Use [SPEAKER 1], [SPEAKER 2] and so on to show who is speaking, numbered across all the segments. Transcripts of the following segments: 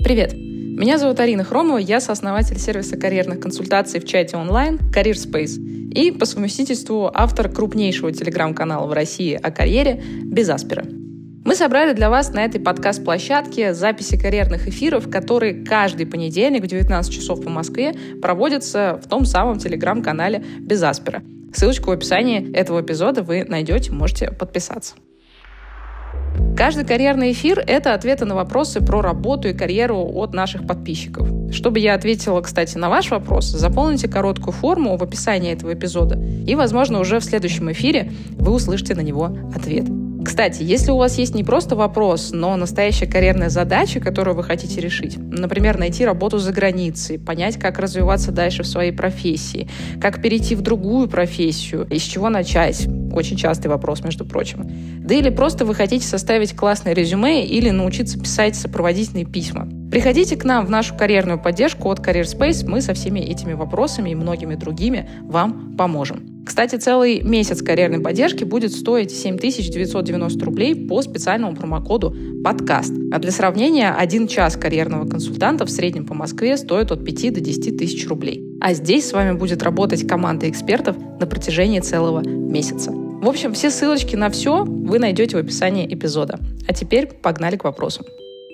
[SPEAKER 1] Привет! Меня зовут Арина Хромова, я сооснователь сервиса карьерных консультаций в чате онлайн CareerSpace и по совместительству автор крупнейшего телеграм-канала в России о карьере «Без Аспера». Мы собрали для вас на этой подкаст-площадке записи карьерных эфиров, которые каждый понедельник в 19 часов по Москве проводятся в том самом телеграм-канале «Без Аспера». Ссылочку в описании этого эпизода вы найдете, можете подписаться. Каждый карьерный эфир — это ответы на вопросы про работу и карьеру от наших подписчиков. Чтобы я ответила, кстати, на ваш вопрос, заполните короткую форму в описании этого эпизода, и, возможно, уже в следующем эфире вы услышите на него ответ. Кстати, если у вас есть не просто вопрос, но настоящая карьерная задача, которую вы хотите решить, например, найти работу за границей, понять, как развиваться дальше в своей профессии, как перейти в другую профессию, из чего начать, очень частый вопрос, между прочим, да или просто вы хотите составить классное резюме или научиться писать сопроводительные письма, приходите к нам в нашу карьерную поддержку от CareerSpace, мы со всеми этими вопросами и многими другими вам поможем. Кстати, целый месяц карьерной поддержки будет стоить 7990 рублей по специальному промокоду «Подкаст». А для сравнения, 1 час карьерного консультанта в среднем по Москве стоит от 5 до 10 тысяч рублей. А здесь с вами будет работать команда экспертов на протяжении целого месяца. В общем, все ссылочки на все вы найдете в описании эпизода. А теперь погнали к вопросам.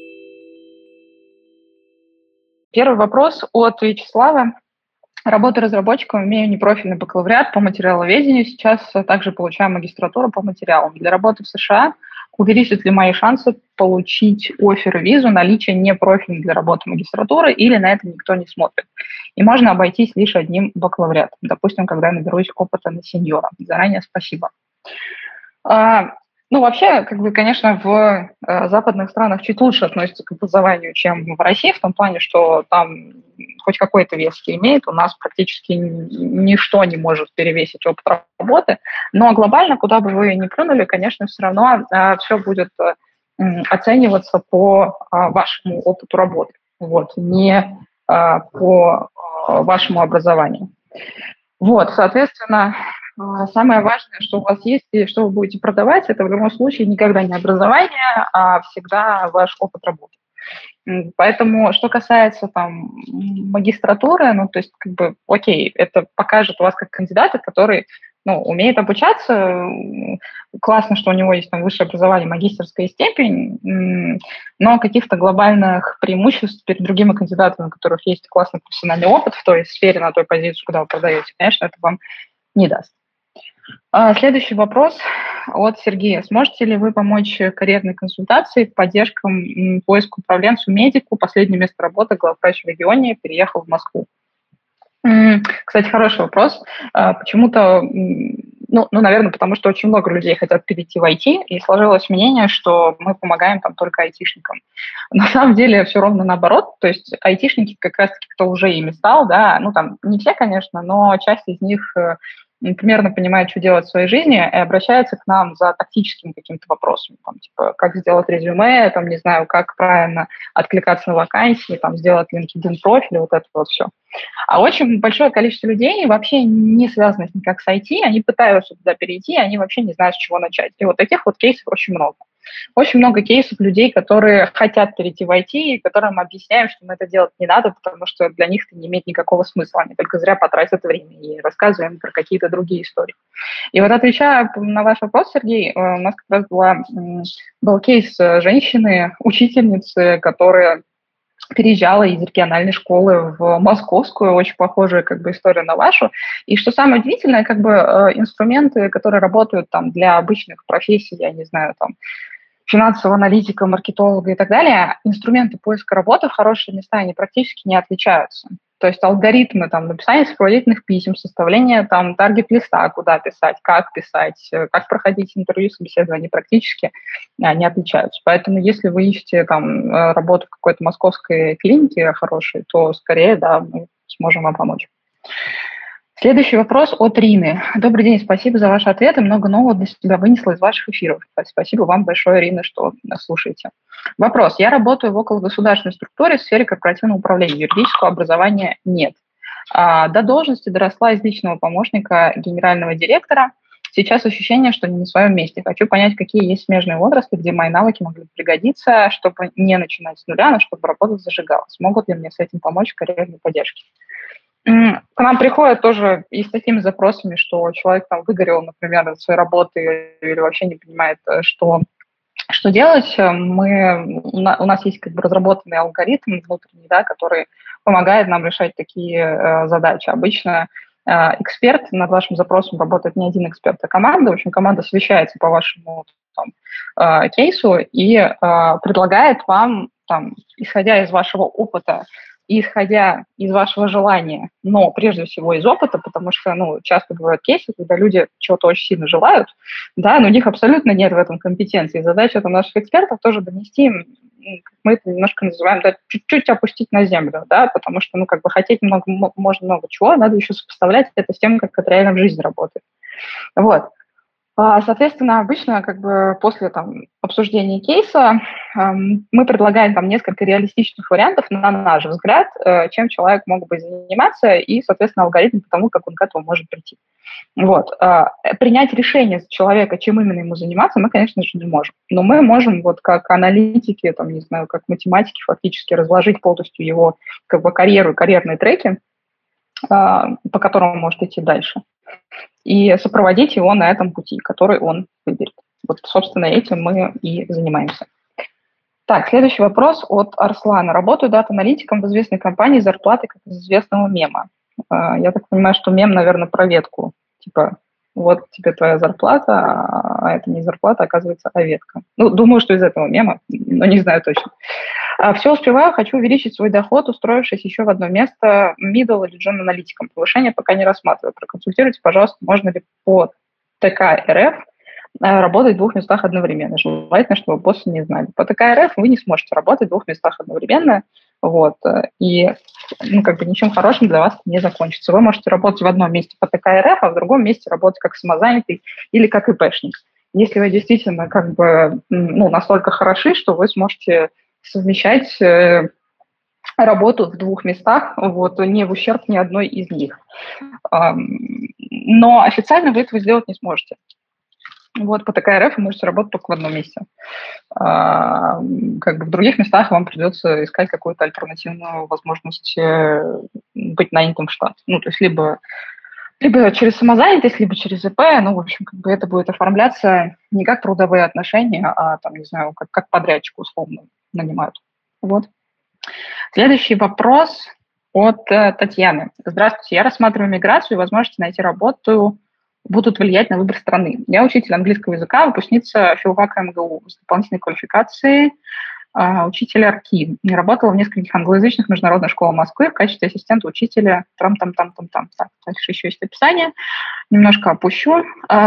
[SPEAKER 2] Первый вопрос от Вячеслава. Работаю разработчиком, имею непрофильный бакалавриат по материаловедению. Сейчас также получаю магистратуру по материалам. Для работы в США увеличат ли мои шансы получить оффер и визу наличие непрофильной для работы магистратуры или на это никто не смотрит? И можно обойтись лишь одним бакалавриатом, допустим, когда я наберусь опыта на сеньора. Заранее спасибо. Вообще, конечно, в западных странах чуть лучше относятся к образованию, чем в России, в том плане, что там хоть какой-то вес имеет, у нас практически ничто не может перевесить опыт работы, но глобально, куда бы вы ни плюнули, конечно, все равно все будет оцениваться по вашему опыту работы, не по вашему образованию. Соответственно, самое важное, что у вас есть и что вы будете продавать, это в любом случае никогда не образование, а всегда ваш опыт работы. Поэтому, что касается магистратуры, окей, это покажет вас как кандидата, который, умеет обучаться, классно, что у него есть высшее образование, магистерская степень, но каких-то глобальных преимуществ перед другими кандидатами, у которых есть классный профессиональный опыт в той сфере, на той позиции, куда вы продаете, конечно, это вам не даст. Следующий вопрос от Сергея. Сможете ли вы помочь карьерной консультации, поддержкам, поиску управленцу, медику? Последнее место работы, главврач в регионе, переехал в Москву. Кстати, хороший вопрос. Почему-то, наверное, потому что очень много людей хотят перейти в IT, и сложилось мнение, что мы помогаем только айтишникам. На самом деле все ровно наоборот, то есть айтишники как раз-таки, кто уже ими стал, не все, конечно, но часть из них примерно понимает, что делать в своей жизни, и обращается к нам за тактическими какими-то вопросами, как сделать резюме, не знаю, как правильно откликаться на вакансии, сделать LinkedIn профиль, это все. А очень большое количество людей вообще не связанных никак с IT, они пытаются туда перейти, они вообще не знают, с чего начать. И таких кейсов очень много. Очень много кейсов людей, которые хотят перейти в IT, и которым объясняем, что им это делать не надо, потому что для них это не имеет никакого смысла. Они только зря потратят время и рассказываем про какие-то другие истории. И отвечая на ваш вопрос, Сергей, у нас как раз был кейс женщины, учительницы, которая переезжала из региональной школы в московскую, очень похожая история на вашу. И что самое удивительное, инструменты, которые работают для обычных профессий, я не знаю, финансового аналитика, маркетолога и так далее, инструменты поиска работы в хорошие места, они практически не отличаются. То есть алгоритмы написания сопроводительных писем, составление таргет-листа, куда писать, как проходить интервью, собеседование, они практически не отличаются. Поэтому если вы ищете работу в какой-то московской клинике хорошей, то скорее, мы сможем вам помочь. Следующий вопрос от Рины. Добрый день, спасибо за ваши ответы. Много нового для себя вынесла из ваших эфиров. Спасибо вам большое, Ирина, что слушаете. Вопрос. Я работаю в окологосударственной структуре в сфере корпоративного управления. Юридического образования нет. До должности доросла из личного помощника генерального директора. Сейчас ощущение, что не на своем месте. Хочу понять, какие есть смежные отрасли, где мои навыки могли пригодиться, чтобы не начинать с нуля, но чтобы работа зажигалась. Могут ли мне с этим помочь карьерные поддержки? К нам приходят тоже и с такими запросами, что человек там выгорел, например, от своей работы или вообще не понимает, что делать. У нас есть как бы разработанный алгоритм внутренний, да, который помогает нам решать такие задачи. Обычно эксперт над вашим запросом работает не один эксперт, а команда. В общем, команда совещается по вашему кейсу и предлагает вам, там, исходя из вашего опыта, исходя из вашего желания, но прежде всего из опыта, потому что, часто бывают кейсы, когда люди чего-то очень сильно желают, да, но у них абсолютно нет в этом компетенции. Задача наших экспертов тоже донести им, мы это немножко называем, да, чуть-чуть опустить на землю, да, потому что, хотеть можно много чего, надо еще сопоставлять это с тем, как это реально в жизни работает. Вот. Соответственно, обычно после обсуждения кейса мы предлагаем несколько реалистичных вариантов, на наш взгляд, чем человек мог бы заниматься, и, соответственно, алгоритм по тому, как он к этому может прийти. Вот. Принять решение за человека, чем именно ему заниматься, мы, конечно же, не можем. Но мы можем, как аналитики, как математики, фактически разложить полностью его карьеру, карьерные треки, по которым он может идти дальше, и сопроводить его на этом пути, который он выберет. Вот, собственно, этим мы и занимаемся. Так, следующий вопрос от Арслана. Работаю дата-аналитиком в известной компании с зарплатой, как из известного мема. Я так понимаю, что мем, наверное, про ветку. Типа, вот тебе твоя зарплата, а это не зарплата, оказывается, а ветка. Думаю, что из этого мема, но не знаю точно. Все успеваю, хочу увеличить свой доход, устроившись еще в одно место middle или junior аналитиком. Повышение пока не рассматриваю. Проконсультируйте, пожалуйста, можно ли по ТК РФ работать в 2 местах одновременно. Желательно, чтобы боссы не знали. По ТК РФ вы не сможете работать в 2 местах одновременно, и ничем хорошим для вас не закончится. Вы можете работать в одном месте по ТК РФ, а в другом месте работать как самозанятый или как ИПшник. Если вы действительно настолько хороши, что вы сможете совмещать работу в 2 местах, не в ущерб ни одной из них. Но официально вы этого сделать не сможете. По ТК РФ вы можете работать только в одном месте. В других местах вам придется искать какую-то альтернативную возможность быть нанятым в штат. То есть либо через самозанятость, либо через ИП, это будет оформляться не как трудовые отношения, а, как подрядчик условно нанимают. Вот. Следующий вопрос от Татьяны. Здравствуйте, я рассматриваю миграцию и возможности найти работу будут влиять на выбор страны. Я учитель английского языка, выпускница филфака МГУ с дополнительной квалификацией учитель РКИ. Работала в нескольких англоязычных международных школах Москвы в качестве ассистента учителя. Так, дальше еще есть описание. Немножко опущу.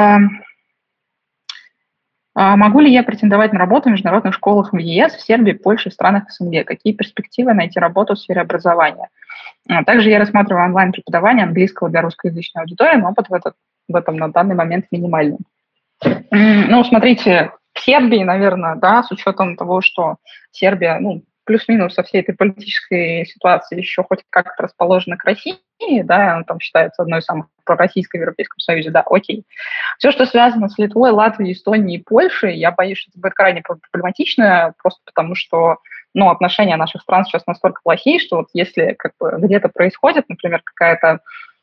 [SPEAKER 2] Могу ли я претендовать на работу в международных школах в ЕС, в Сербии, Польше, в странах СНГ? Какие перспективы найти работу в сфере образования? Также я рассматриваю онлайн-преподавание английского для русскоязычной аудитории, но опыт в этом на данный момент минимальный. Смотрите, в Сербии, наверное, да, с учетом того, что Сербия, плюс-минус со всей этой политической ситуации еще хоть как-то расположена к России, да, она там считается одной из самых пророссийской в Европейском Союзе, да, окей. Все, что связано с Литвой, Латвией, Эстонией и Польшей, я боюсь, что это будет крайне проблематично, просто потому что, отношения наших стран сейчас настолько плохие, что если где-то происходит, например, какая-то,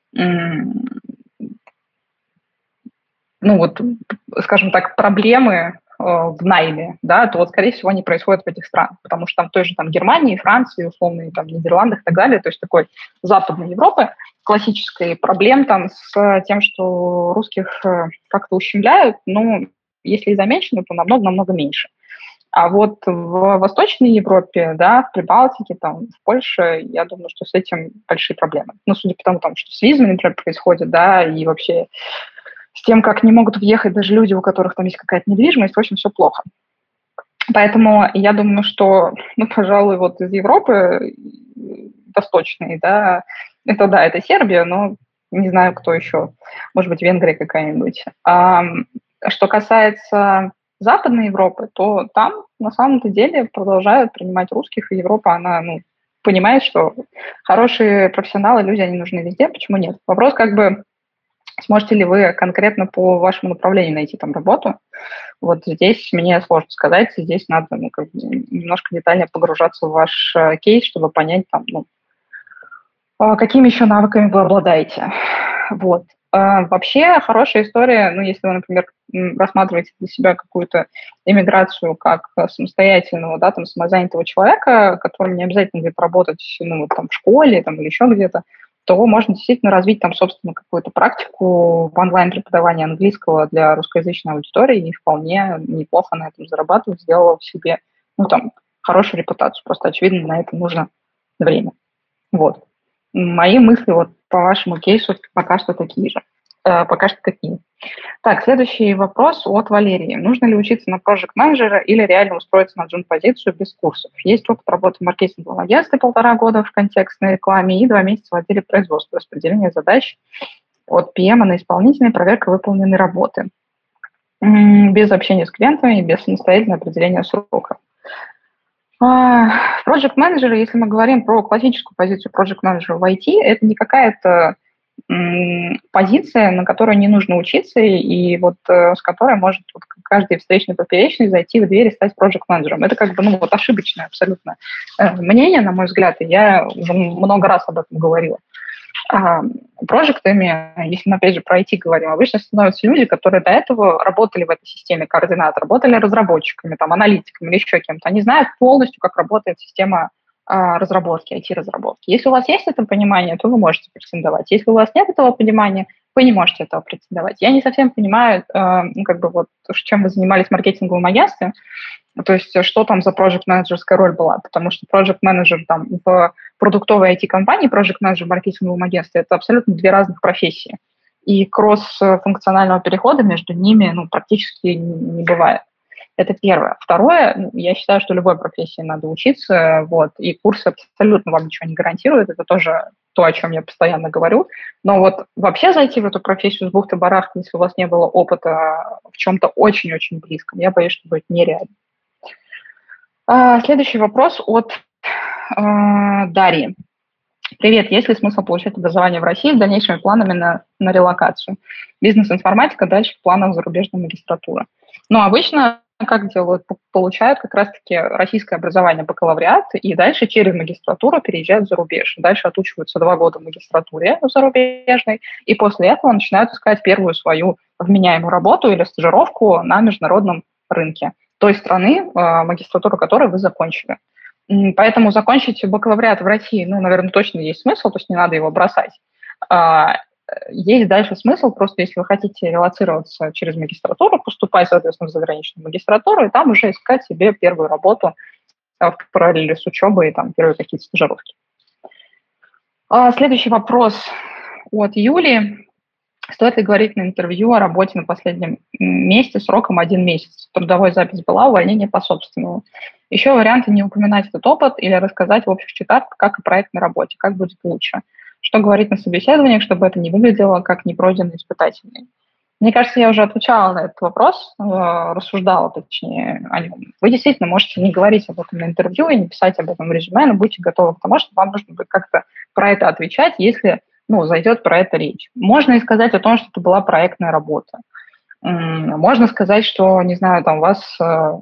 [SPEAKER 2] скажем так, проблемы в найме, да, то скорее всего, они происходят в этих странах, потому что там той же Германии, Франции, условно, Нидерландах и так далее, то есть такой Западной Европы классической проблем с тем, что русских как-то ущемляют, если и замечено, то намного-намного меньше. А в Восточной Европе, да, в Прибалтике, в Польше, я думаю, что с этим большие проблемы. Судя по тому, что с визами, например, происходит, да, и вообще с тем, как не могут въехать даже люди, у которых там есть какая-то недвижимость, в общем, все плохо. Поэтому я думаю, что, пожалуй, из Европы восточной, да, это Сербия, но не знаю, кто еще, может быть, Венгрия какая-нибудь. Что касается Западной Европы, то там на самом-то деле продолжают принимать русских, и Европа, она, понимает, что хорошие профессионалы, люди, они нужны везде, почему нет? Вопрос Сможете ли вы конкретно по вашему направлению найти там работу? Вот здесь мне сложно сказать, здесь надо немножко детальнее погружаться в ваш кейс, чтобы понять, там, какими еще навыками вы обладаете. Вот. Вообще хорошая история, если вы, например, рассматриваете для себя какую-то иммиграцию как самостоятельного, самозанятого человека, которому не обязательно где-то работать, в школе, или еще где-то, то можно действительно развить там, собственно, какую-то практику в онлайн-преподавании английского для русскоязычной аудитории и вполне неплохо на этом зарабатывать, сделав себе, хорошую репутацию. Просто, очевидно, на это нужно время. Вот. Мои мысли по вашему кейсу пока что такие же. Так, следующий вопрос от Валерии. Нужно ли учиться на проект-менеджера или реально устроиться на джун-позицию без курсов? Есть опыт работы в маркетинговом агентстве 1,5 года в контекстной рекламе и 2 месяца в отделе производства, распределение задач от PM на исполнительной, проверка выполненной работы. Без общения с клиентами, без самостоятельного определения срока. Проект-менеджеры, если мы говорим про классическую позицию проект-менеджера в IT, это не какая-то позиция, на которую не нужно учиться, и с которой может каждый встречный поперечный зайти в дверь и стать проект-менеджером. Это ошибочное абсолютно мнение, на мой взгляд, и я уже много раз об этом говорила. Проектами, если мы опять же про IT говорим, обычно становятся люди, которые до этого работали в этой системе координат, работали разработчиками, аналитиками или еще кем-то. Они знают полностью, как работает система разработки, IT-разработки. Если у вас есть это понимание, то вы можете претендовать. Если у вас нет этого понимания, вы не можете этого претендовать. Я не совсем понимаю, чем вы занимались в маркетинговом агентстве, то есть что там за проект-менеджерская роль была, потому что проект-менеджер в продуктовой IT-компании, проект-менеджер в маркетинговом агентстве – это абсолютно две разных профессии. И кросс-функционального перехода между ними практически не бывает. Это первое. Второе, я считаю, что любой профессии надо учиться, и курсы абсолютно вам ничего не гарантируют, это тоже то, о чем я постоянно говорю. Но вообще зайти в эту профессию с бухты-барахты, если у вас не было опыта в чем-то очень-очень близком, я боюсь, что будет нереально. Следующий вопрос от Дарьи. Привет, есть ли смысл получать образование в России с дальнейшими планами на релокацию? Бизнес-информатика, дальше в планах зарубежной магистратуры. Обычно как делают? Получают как раз-таки российское образование, бакалавриат, и дальше через магистратуру переезжают за рубеж. Дальше отучиваются 2 года в магистратуре зарубежной, и после этого начинают искать первую свою вменяемую работу или стажировку на международном рынке той страны, магистратуру которой вы закончили. Поэтому закончить бакалавриат в России, наверное, точно есть смысл, то есть не надо его бросать. Есть дальше смысл, просто если вы хотите релоцироваться через магистратуру, поступать, соответственно, в заграничную магистратуру, и там уже искать себе первую работу в параллели с учебой, и первые какие-то стажировки. Следующий вопрос от Юли. Стоит ли говорить на интервью о работе на последнем месте сроком 1 месяц? Трудовая запись была, увольнение по собственному. Еще варианты не упоминать этот опыт или рассказать в общих чатах, как и проектной работе, как будет лучше. Что говорить на собеседованиях, чтобы это не выглядело как непройденный испытательный? Мне кажется, я уже отвечала на этот вопрос, рассуждала, точнее, о нем. Вы действительно можете не говорить об этом на интервью и не писать об этом в резюме, но будьте готовы к тому, что вам нужно будет как-то про это отвечать, если зайдет про это речь. Можно и сказать о том, что это была проектная работа. Можно сказать, что, не знаю, вас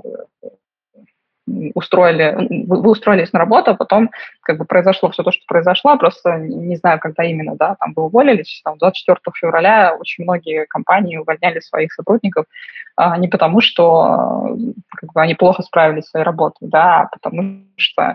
[SPEAKER 2] вы устроились на работу, а потом произошло все то, что произошло, просто не знаю, когда именно, вы уволились, 24 февраля очень многие компании увольняли своих сотрудников не потому, что они плохо справились со своей работой, а потому что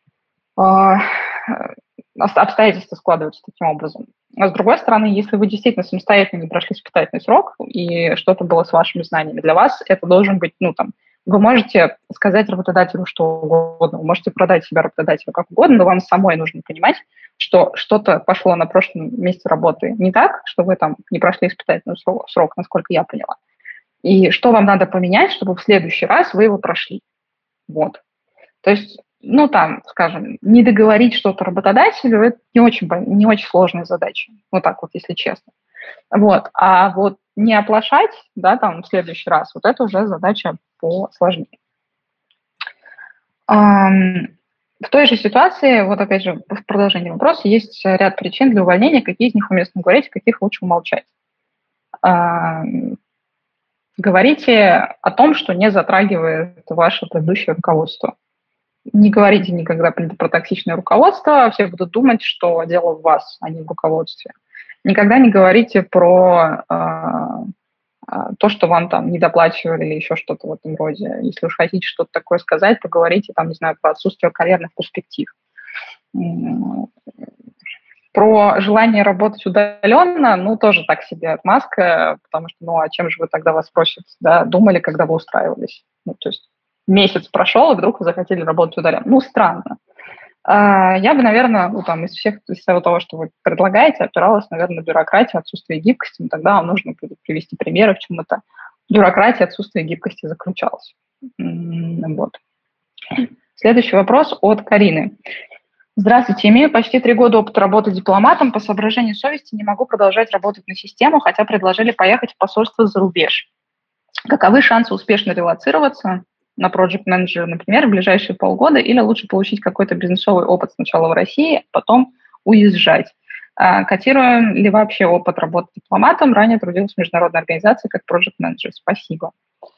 [SPEAKER 2] обстоятельства складываются таким образом. А с другой стороны, если вы действительно самостоятельно не прошли испытательный срок и что-то было с вашими знаниями, для вас это должен быть, вы можете сказать работодателю что угодно, вы можете продать себя работодателю как угодно, но вам самой нужно понимать, что что-то пошло на прошлом месте работы не так, что вы не прошли испытательный срок, насколько я поняла. И что вам надо поменять, чтобы в следующий раз вы его прошли. То есть, скажем, не договорить что-то работодателю – это не очень сложная задача. Если честно. А не оплошать, в следующий раз, это уже задача посложнее. В той же ситуации, опять же, в продолжении вопроса, есть ряд причин для увольнения, какие из них уместно говорить, каких лучше умолчать. Говорите о том, что не затрагивает ваше предыдущее руководство. Не говорите никогда про токсичное руководство, все будут думать, что дело в вас, а не в руководстве. Никогда не говорите про то, что вам там недоплачивали или еще что-то в этом роде. Если уж хотите что-то такое сказать, то говорите там, не знаю, про отсутствие карьерных перспектив. Про желание работать удаленно, ну, тоже так себе отмазка, потому что, ну, а чем же вы тогда вас просят, да, думали, когда вы устраивались? Ну, то есть месяц прошел, и вдруг вы захотели работать удаленно. Ну, странно. Я бы, наверное, ну, там, из всего того, что вы предлагаете, опиралась, наверное, на бюрократию, отсутствие гибкости, но тогда вам нужно будет привести примеры, в чем это бюрократия, отсутствие гибкости заключалось. Вот. Следующий вопрос от Карины. Здравствуйте, имею почти 3 года опыта работы дипломатом. По соображению совести не могу продолжать работать на систему, хотя предложили поехать в посольство за рубеж. Каковы шансы успешно релоцироваться на project manager, например, в ближайшие полгода, или лучше получить какой-то бизнесовый опыт сначала в России, а потом уезжать? Котируем ли вообще опыт работы дипломатом? Ранее трудился в международной организации как project manager. Спасибо.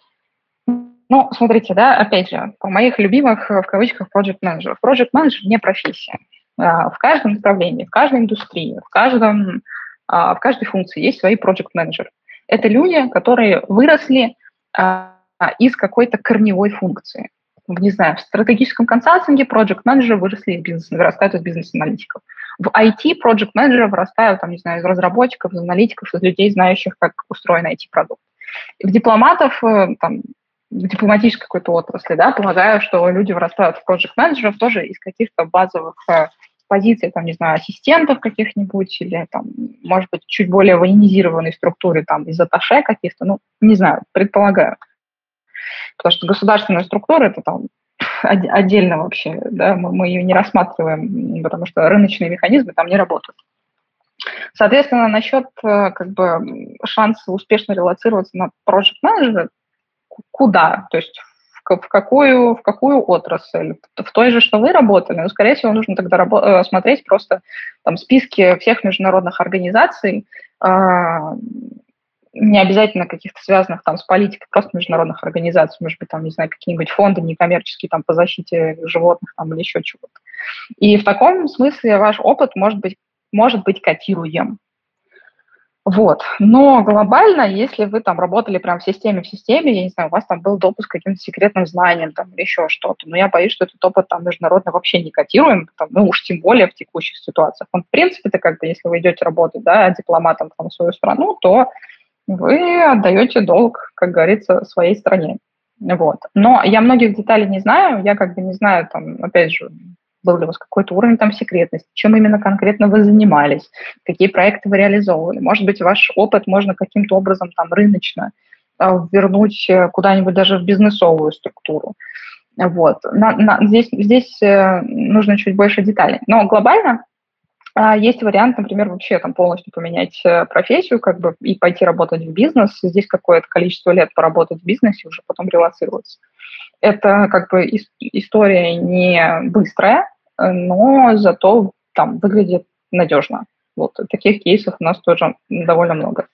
[SPEAKER 2] Ну, смотрите, да, опять же, по моих любимых, в кавычках, project manager. Project manager не профессия. В каждом направлении, в каждой индустрии, в каждой функции есть свои project manager. Это люди, которые выросли из какой-то корневой функции. Не знаю, в стратегическом консалтинге project manager вырастают из бизнес-аналитиков. В IT project manager вырастают, там, не знаю, из разработчиков, из аналитиков, из людей, знающих, как устроен IT-продукт. В дипломатов, там, в дипломатической какой-то отрасли, да, полагаю, что люди вырастают в project менеджеров тоже из каких-то базовых позиций, там, не знаю, ассистентов каких-нибудь или, там, может быть, чуть более военизированной структуре, там, из атташе каких-то, ну, не знаю, предполагаю. Потому что государственная структура – это там отдельно вообще, да, мы ее не рассматриваем, потому что рыночные механизмы там не работают. Соответственно, насчет как бы шанса успешно релоцироваться на project менеджера, куда? То есть в какую отрасль? В той же, что вы работали? Но, скорее всего, нужно тогда смотреть просто там списки всех международных организаций, не обязательно каких-то связанных там с политикой, просто международных организаций, может быть, там, не знаю, какие-нибудь фонды некоммерческие там по защите животных там или еще чего-то. И в таком смысле ваш опыт может быть котируем. Вот. Но глобально, если вы там работали прям в системе, я не знаю, у вас там был допуск к каким-то секретным знаниям там, или еще что-то, но я боюсь, что этот опыт там международно вообще не котируем, там, ну уж тем более в текущих ситуациях. Он, в принципе-то, как бы, если вы идете работать, да, дипломатом там, в свою страну, то вы отдаете долг, как говорится, своей стране. Вот. Но я многих деталей не знаю, я как бы не знаю, там, опять же, был ли у вас какой-то уровень там секретности, чем именно конкретно вы занимались, какие проекты вы реализовывали. Может быть, ваш опыт можно каким-то образом там рыночно вернуть куда-нибудь даже в бизнесовую структуру. Вот. Здесь нужно чуть больше деталей. Но глобально есть вариант, например, вообще там полностью поменять профессию, как бы, и пойти работать в бизнес. Здесь какое-то количество лет поработать в бизнесе, уже потом релоцироваться. Это как бы история не быстрая, но зато там выглядит надежно. Вот таких кейсов у нас тоже довольно много.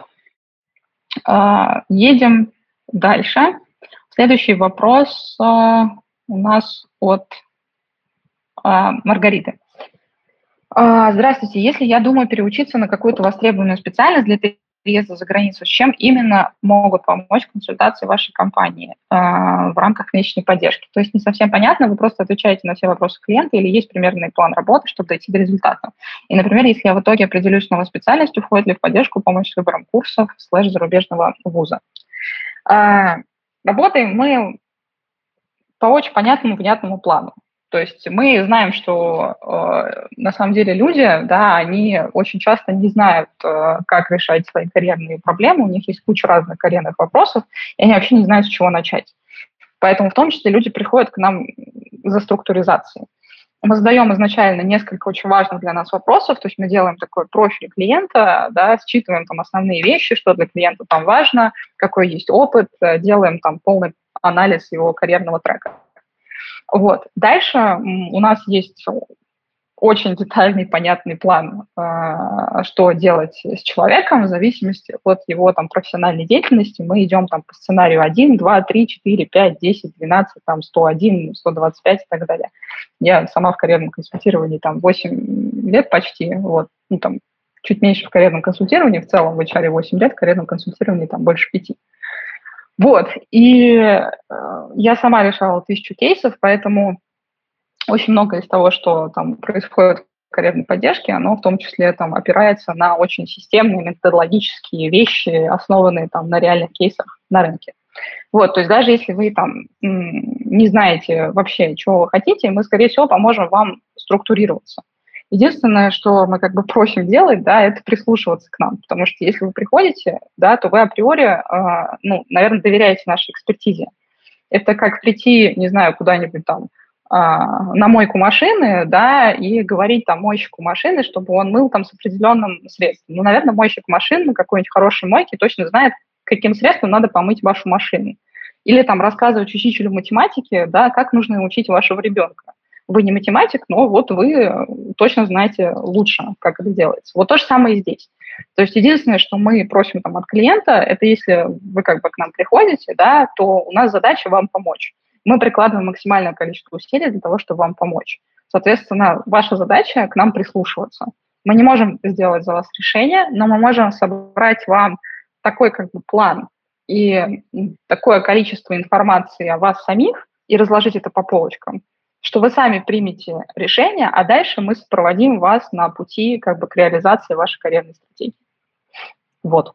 [SPEAKER 2] Едем дальше. Следующий вопрос у нас от Маргариты. Здравствуйте. Если я думаю переучиться на какую-то востребованную специальность для переезда за границу, с чем именно могут помочь консультации вашей компании в рамках месячной поддержки? То есть не совсем понятно, вы просто отвечаете на все вопросы клиента или есть примерный план работы, чтобы дойти до результата? И, например, если я в итоге определюсь с новой специальностью, входит ли в поддержку помощь с выбором курсов / зарубежного вуза? Работаем мы по очень понятному, внятному плану. То есть мы знаем, что на самом деле люди, да, они очень часто не знают, как решать свои карьерные проблемы, у них есть куча разных карьерных вопросов, и они вообще не знают, с чего начать. Поэтому в том числе люди приходят к нам за структуризацией. Мы задаем изначально несколько очень важных для нас вопросов, то есть мы делаем такой профиль клиента, да, считываем там основные вещи, что для клиента там важно, какой есть опыт, делаем там полный анализ его карьерного трека. Вот. Дальше у нас есть очень детальный, понятный план, что делать с человеком в зависимости от его там профессиональной деятельности. Мы идем там по сценарию 1, 2, 3, 4, 5, 10, 12, там 101, 125 и так далее. Я сама в карьерном консультировании там 8 лет почти, вот, ну там чуть меньше в карьерном консультировании, в целом в HR 8 лет, в карьерном консультировании там больше 5. Вот, и я сама решала 1000 кейсов, поэтому очень много из того, что там происходит в карьерной поддержке, оно в том числе там опирается на очень системные методологические вещи, основанные там на реальных кейсах на рынке. Вот, то есть даже если вы там не знаете вообще, чего вы хотите, мы, скорее всего, поможем вам структурироваться. Единственное, что мы как бы просим делать, да, это прислушиваться к нам, потому что если вы приходите, да, то вы априори, ну, наверное, доверяете нашей экспертизе. Это как прийти, не знаю, куда-нибудь там на мойку машины, да, и говорить там мойщику машины, чтобы он мыл там с определенным средством. Ну, наверное, мойщик машин на какой-нибудь хорошей мойке точно знает, каким средством надо помыть вашу машину. Или там рассказывать учителю математики, да, как нужно учить вашего ребенка. Вы не математик, но вот вы точно знаете лучше, как это делается. Вот то же самое и здесь. То есть единственное, что мы просим там от клиента, это если вы как бы к нам приходите, да, то у нас задача вам помочь. Мы прикладываем максимальное количество усилий для того, чтобы вам помочь. Соответственно, ваша задача к нам прислушиваться. Мы не можем сделать за вас решение, но мы можем собрать вам такой как бы план и такое количество информации о вас самих и разложить это по полочкам, что вы сами примете решение, а дальше мы сопроводим вас на пути как бы к реализации вашей карьерной стратегии. Вот.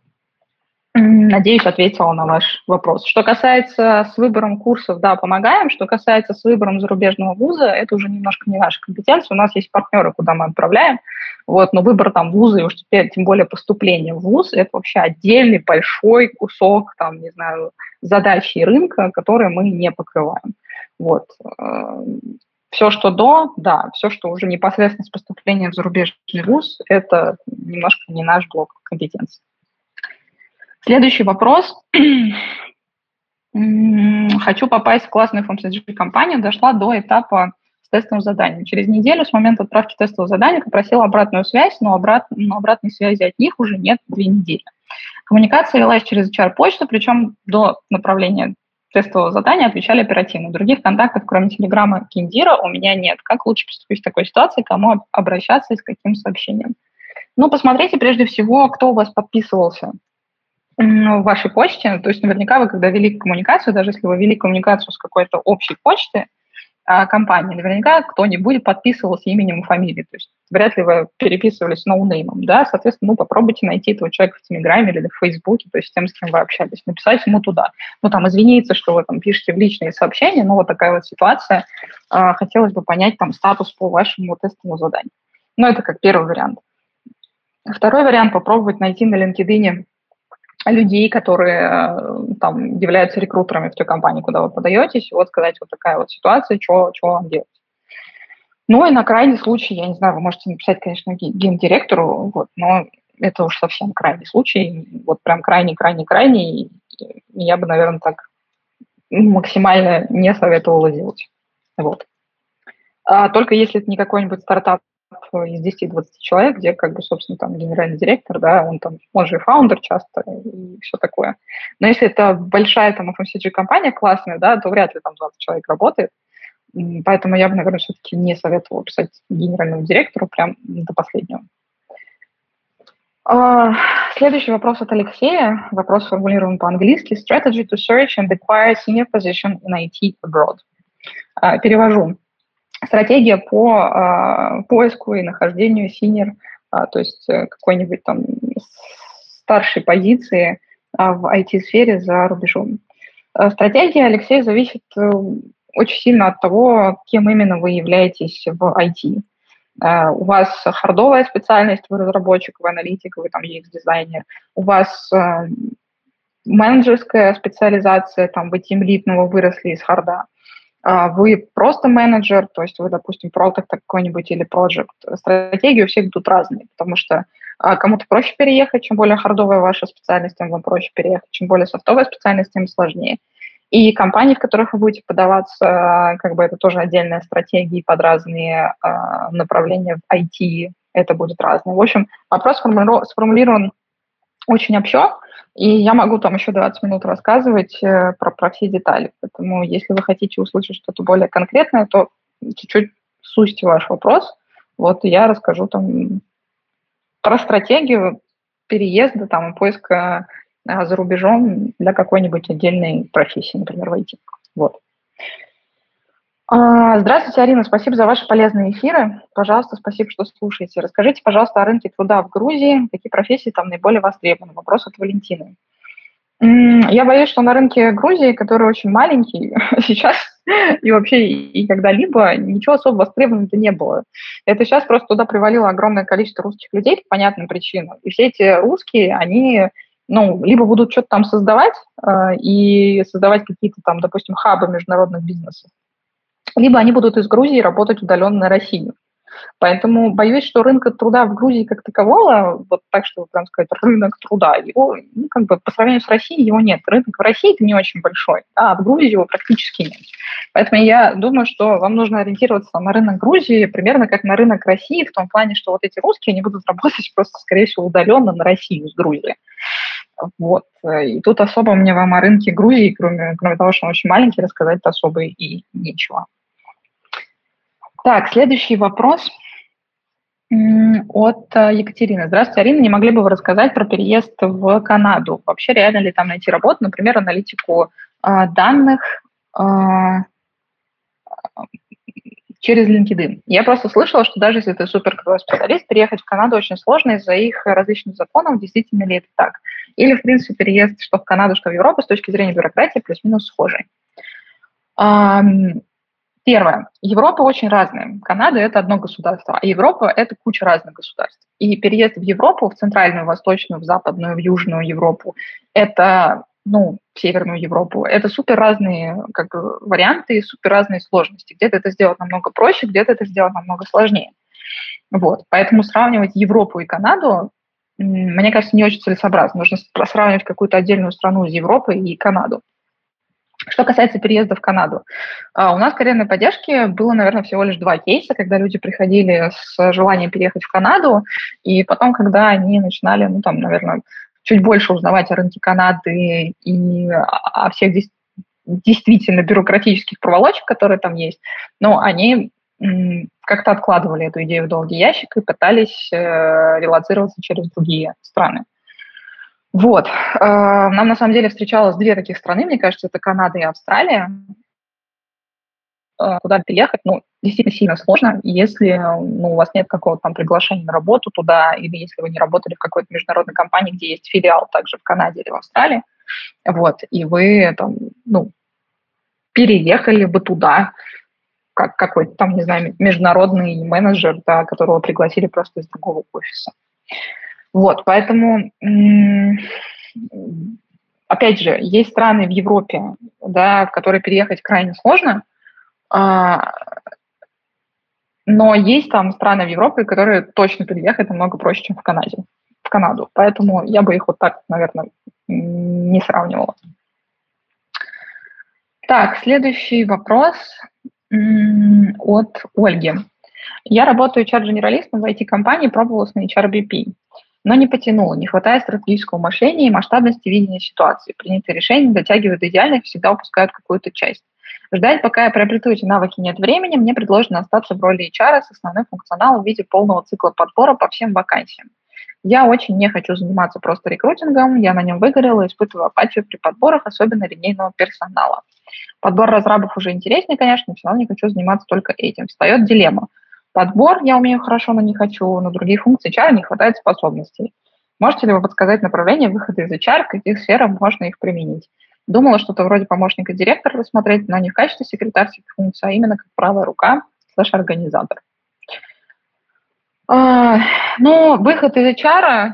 [SPEAKER 2] Надеюсь, ответила на ваш вопрос. Что касается с выбором курсов, да, помогаем. Что касается с выбором зарубежного вуза, это уже немножко не наша компетенция. У нас есть партнеры, куда мы отправляем. Вот, но выбор там вуза и уж теперь тем более поступление в вуз – это вообще отдельный большой кусок, там, не знаю, задачи и рынка, которые мы не покрываем. Вот. Все, что до, да, все, что уже непосредственно с поступлением в зарубежный вуз, это немножко не наш блок компетенций. Следующий вопрос. Хочу попасть в классную FMCG-компанию. Дошла до этапа с тестовым заданием. Через неделю с момента отправки тестового задания попросила обратную связь, но обратной связи от них уже нет 2 недели. Коммуникация велась через HR-почту, причем до направления тестового задания отвечали оперативно. Других контактов, кроме Телеграма, Киндира, у меня нет. Как лучше поступить в такой ситуации, кому обращаться и с каким сообщением? Ну, посмотрите прежде всего, кто у вас подписывался в вашей почте. То есть наверняка вы, когда вели коммуникацию, даже если вы вели коммуникацию с какой-то общей почты компании, наверняка кто-нибудь подписывался именем и фамилией. То есть вряд ли вы переписывались ноунеймом, да, соответственно, ну, попробуйте найти этого человека в Телеграме или в Фейсбуке, то есть с тем, с кем вы общались, написать ему туда. Ну, там, извиниться, что вы там пишете в личные сообщения, но вот такая вот ситуация. Хотелось бы понять там статус по вашему тестовому заданию. Ну, это как первый вариант. Второй вариант – попробовать найти на LinkedIn людей, которые там являются рекрутерами в той компании, куда вы подаетесь, и вот сказать, вот такая вот ситуация, что вам делать. Ну и на крайний случай, я не знаю, вы можете написать, конечно, гендиректору, вот, но это уж совсем крайний случай, вот прям крайний, и я бы, наверное, так максимально не советовала делать. Вот. Только если это не какой-нибудь стартап из 10-20 человек, где, как бы, собственно, там генеральный директор, да, он же и фаундер часто, и все такое. Но если это большая там FMCG-компания классная, да, то вряд ли там 20 человек работает. Поэтому я бы, наверное, все-таки не советовала писать генеральному директору прям до последнего. Следующий вопрос от Алексея. Вопрос сформулирован по-английски. Strategy to search and acquire senior position in IT abroad. Перевожу. Стратегия по поиску и нахождению senior, то есть какой-нибудь там старшей позиции в IT-сфере за рубежом. Стратегия, Алексей, зависит очень сильно от того, кем именно вы являетесь в IT. У вас хардовая специальность, вы разработчик, вы аналитик, вы там UX-дизайнер. У вас менеджерская специализация, там вы тимлид, но вы выросли из харда. Вы просто менеджер, то есть вы, допустим, продакт какой-нибудь или project. Стратегии у всех будут разные, потому что кому-то проще переехать, чем более хардовая ваша специальность, тем вам проще переехать, чем более софтовая специальность, тем сложнее. И компании, в которых вы будете подаваться, как бы это тоже отдельная стратегия под разные направления в IT, это будет разное. В общем, вопрос сформулирован очень общо, и я могу там еще 20 минут рассказывать про все детали. Поэтому если вы хотите услышать что-то более конкретное, то чуть-чуть сузьте ваш вопрос. Вот я расскажу там про стратегию переезда там, и поиска за рубежом для какой-нибудь отдельной профессии, например, в IT. Вот. Здравствуйте, Арина, спасибо за ваши полезные эфиры. Пожалуйста, спасибо, что слушаете. Расскажите, пожалуйста, о рынке труда в Грузии, какие профессии там наиболее востребованы. Вопрос от Валентины. Я боюсь, что на рынке Грузии, который очень маленький, сейчас и вообще и когда-либо ничего особо востребованного не было. Это сейчас просто туда привалило огромное количество русских людей по понятным причинам. И все эти русские, они либо будут что-то там создавать и создавать какие-то там, допустим, хабы международных бизнесов, либо они будут из Грузии работать удаленно на Россию. Поэтому боюсь, что рынка труда в Грузии как такового, вот так, чтобы прям сказать, рынок труда, его, как бы по сравнению с Россией его нет. Рынок в России это не очень большой, а в Грузии его практически нет. Поэтому я думаю, что вам нужно ориентироваться на рынок Грузии примерно как на рынок России, в том плане, что вот эти русские, они будут работать просто, скорее всего, удаленно на Россию с Грузии. Вот. И тут особо мне вам о рынке Грузии, кроме того, что он очень маленький, рассказать особо и нечего. Так, следующий вопрос от Екатерины. Здравствуйте, Арина. Не могли бы вы рассказать про переезд в Канаду? Вообще, реально ли там найти работу, например, аналитику данных через LinkedIn? Я просто слышала, что даже если ты суперкрутой специалист, переехать в Канаду очень сложно из-за их различных законов. Действительно ли это так? Или, в принципе, переезд что в Канаду, что в Европу с точки зрения бюрократии плюс-минус схожий? Первое. Европа очень разная. Канада – это одно государство, а Европа – это куча разных государств. И переезд в Европу, в центральную, восточную, в западную, в южную Европу, это, в северную Европу, это супер разные варианты и супер разные сложности. Где-то это сделать намного проще, где-то это сделать намного сложнее. Вот. Поэтому сравнивать Европу и Канаду, мне кажется, не очень целесообразно. Нужно сравнивать какую-то отдельную страну из Европы и Канаду. Что касается переезда в Канаду, у нас в карьерной поддержке было, наверное, всего лишь 2 кейса, когда люди приходили с желанием переехать в Канаду, и потом, когда они начинали, наверное, чуть больше узнавать о рынке Канады и о всех действительно бюрократических проволочек, которые там есть, но они как-то откладывали эту идею в долгий ящик и пытались релоцироваться через другие страны. Вот. Нам, на самом деле, встречалось 2 таких страны, мне кажется, это Канада и Австралия. Куда переехать, действительно сильно сложно, если у вас нет какого-то там приглашения на работу туда, или если вы не работали в какой-то международной компании, где есть филиал также в Канаде или в Австралии, вот, и вы там, переехали бы туда, как какой-то там, не знаю, международный менеджер, да, которого пригласили просто из другого офиса. Вот, поэтому, опять же, есть страны в Европе, да, в которые переехать крайне сложно, но есть там страны в Европе, которые точно переехать намного проще, чем в Канаду. Поэтому я бы их вот так, наверное, не сравнивала. Так, следующий вопрос от Ольги. Я работаю HR-генералистом в IT-компании, пробовалась на HRBP, но не потянула. Не хватает стратегического мышления и масштабности видения ситуации. Принятые решения дотягивают до идеальных, всегда упускают какую-то часть. Ждать, пока я приобрету эти навыки, нет времени. Мне предложено остаться в роли HR с основным функционалом в виде полного цикла подбора по всем вакансиям. Я очень не хочу заниматься просто рекрутингом. Я на нем выгорела и испытываю апатию при подборах, особенно линейного персонала. Подбор разрабов уже интереснее, конечно, но все равно не хочу заниматься только этим. Встает дилемма. Подбор я умею хорошо, но не хочу. На другие функции HR не хватает способностей. Можете ли вы подсказать направление выхода из HR, в каких сферах можно их применить? Думала, что-то вроде помощника директора рассмотреть, но не в качестве секретарских функций, а именно как правая рука /организатор. Выход из HR,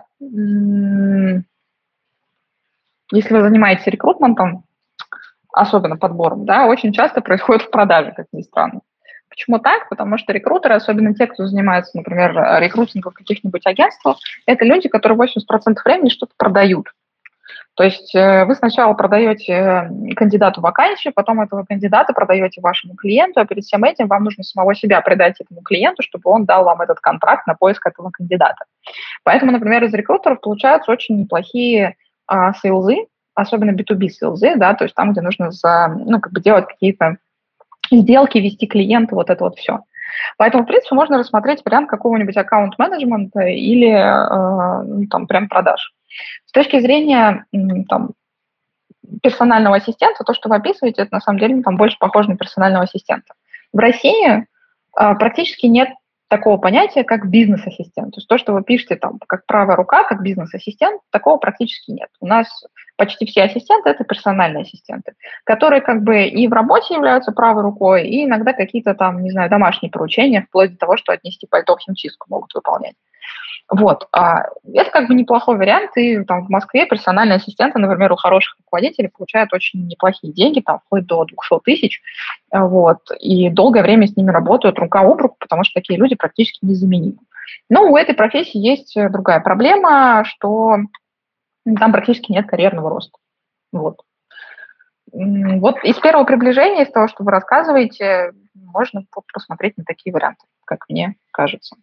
[SPEAKER 2] если вы занимаетесь рекрутментом, особенно подбором, да, очень часто происходит в продаже, как ни странно. Почему так? Потому что рекрутеры, особенно те, кто занимается, например, рекрутингом в каких-нибудь агентствах, это люди, которые 80% времени что-то продают. То есть вы сначала продаете кандидату вакансию, потом этого кандидата продаете вашему клиенту, а перед всем этим вам нужно самого себя придать этому клиенту, чтобы он дал вам этот контракт на поиск этого кандидата. Поэтому, например, из рекрутеров получаются очень неплохие сейлзы, особенно B2B сейлзы, да, то есть там, где нужно делать какие-то сделки, вести клиента, вот это вот все. Поэтому, в принципе, можно рассмотреть вариант какого-нибудь аккаунт-менеджмента или прям продаж. С точки зрения персонального ассистента, то, что вы описываете, это на самом деле больше похоже на персонального ассистента. В России практически нет такого понятия, как бизнес-ассистент. То есть то, что вы пишете как правая рука, как бизнес-ассистент, такого практически нет. У нас почти все ассистенты – это персональные ассистенты, которые и в работе являются правой рукой, и иногда какие-то домашние поручения, вплоть до того, что отнести пальто в химчистку могут выполнять. Вот. Это неплохой вариант, и в Москве персональные ассистенты, например, у хороших руководителей получают очень неплохие деньги, вплоть до 200 тысяч, вот, и долгое время с ними работают рука об руку, потому что такие люди практически незаменимы. Но у этой профессии есть другая проблема, что там практически нет карьерного роста. Вот. Вот из первого приближения, из того, что вы рассказываете, можно посмотреть на такие варианты, как мне кажется.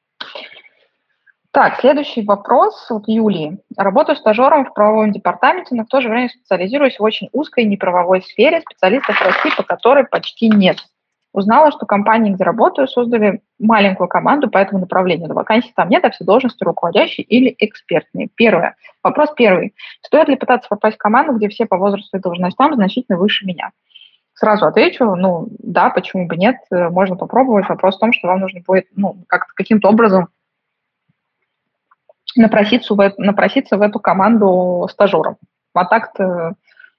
[SPEAKER 2] Так, следующий вопрос от Юлии. Работаю стажером в правовом департаменте, но в то же время специализируюсь в очень узкой неправовой сфере, специалистов в России, по которой почти нет. Узнала, что компании, где работаю, создали маленькую команду по этому направлению. Но вакансий там нет, а все должности руководящие или экспертные. Вопрос первый. Стоит ли пытаться попасть в команду, где все по возрасту и должностям значительно выше меня? Сразу отвечу, да, почему бы нет, можно попробовать. Вопрос в том, что вам нужно будет каким-то образом напроситься в эту команду стажером. А так-то,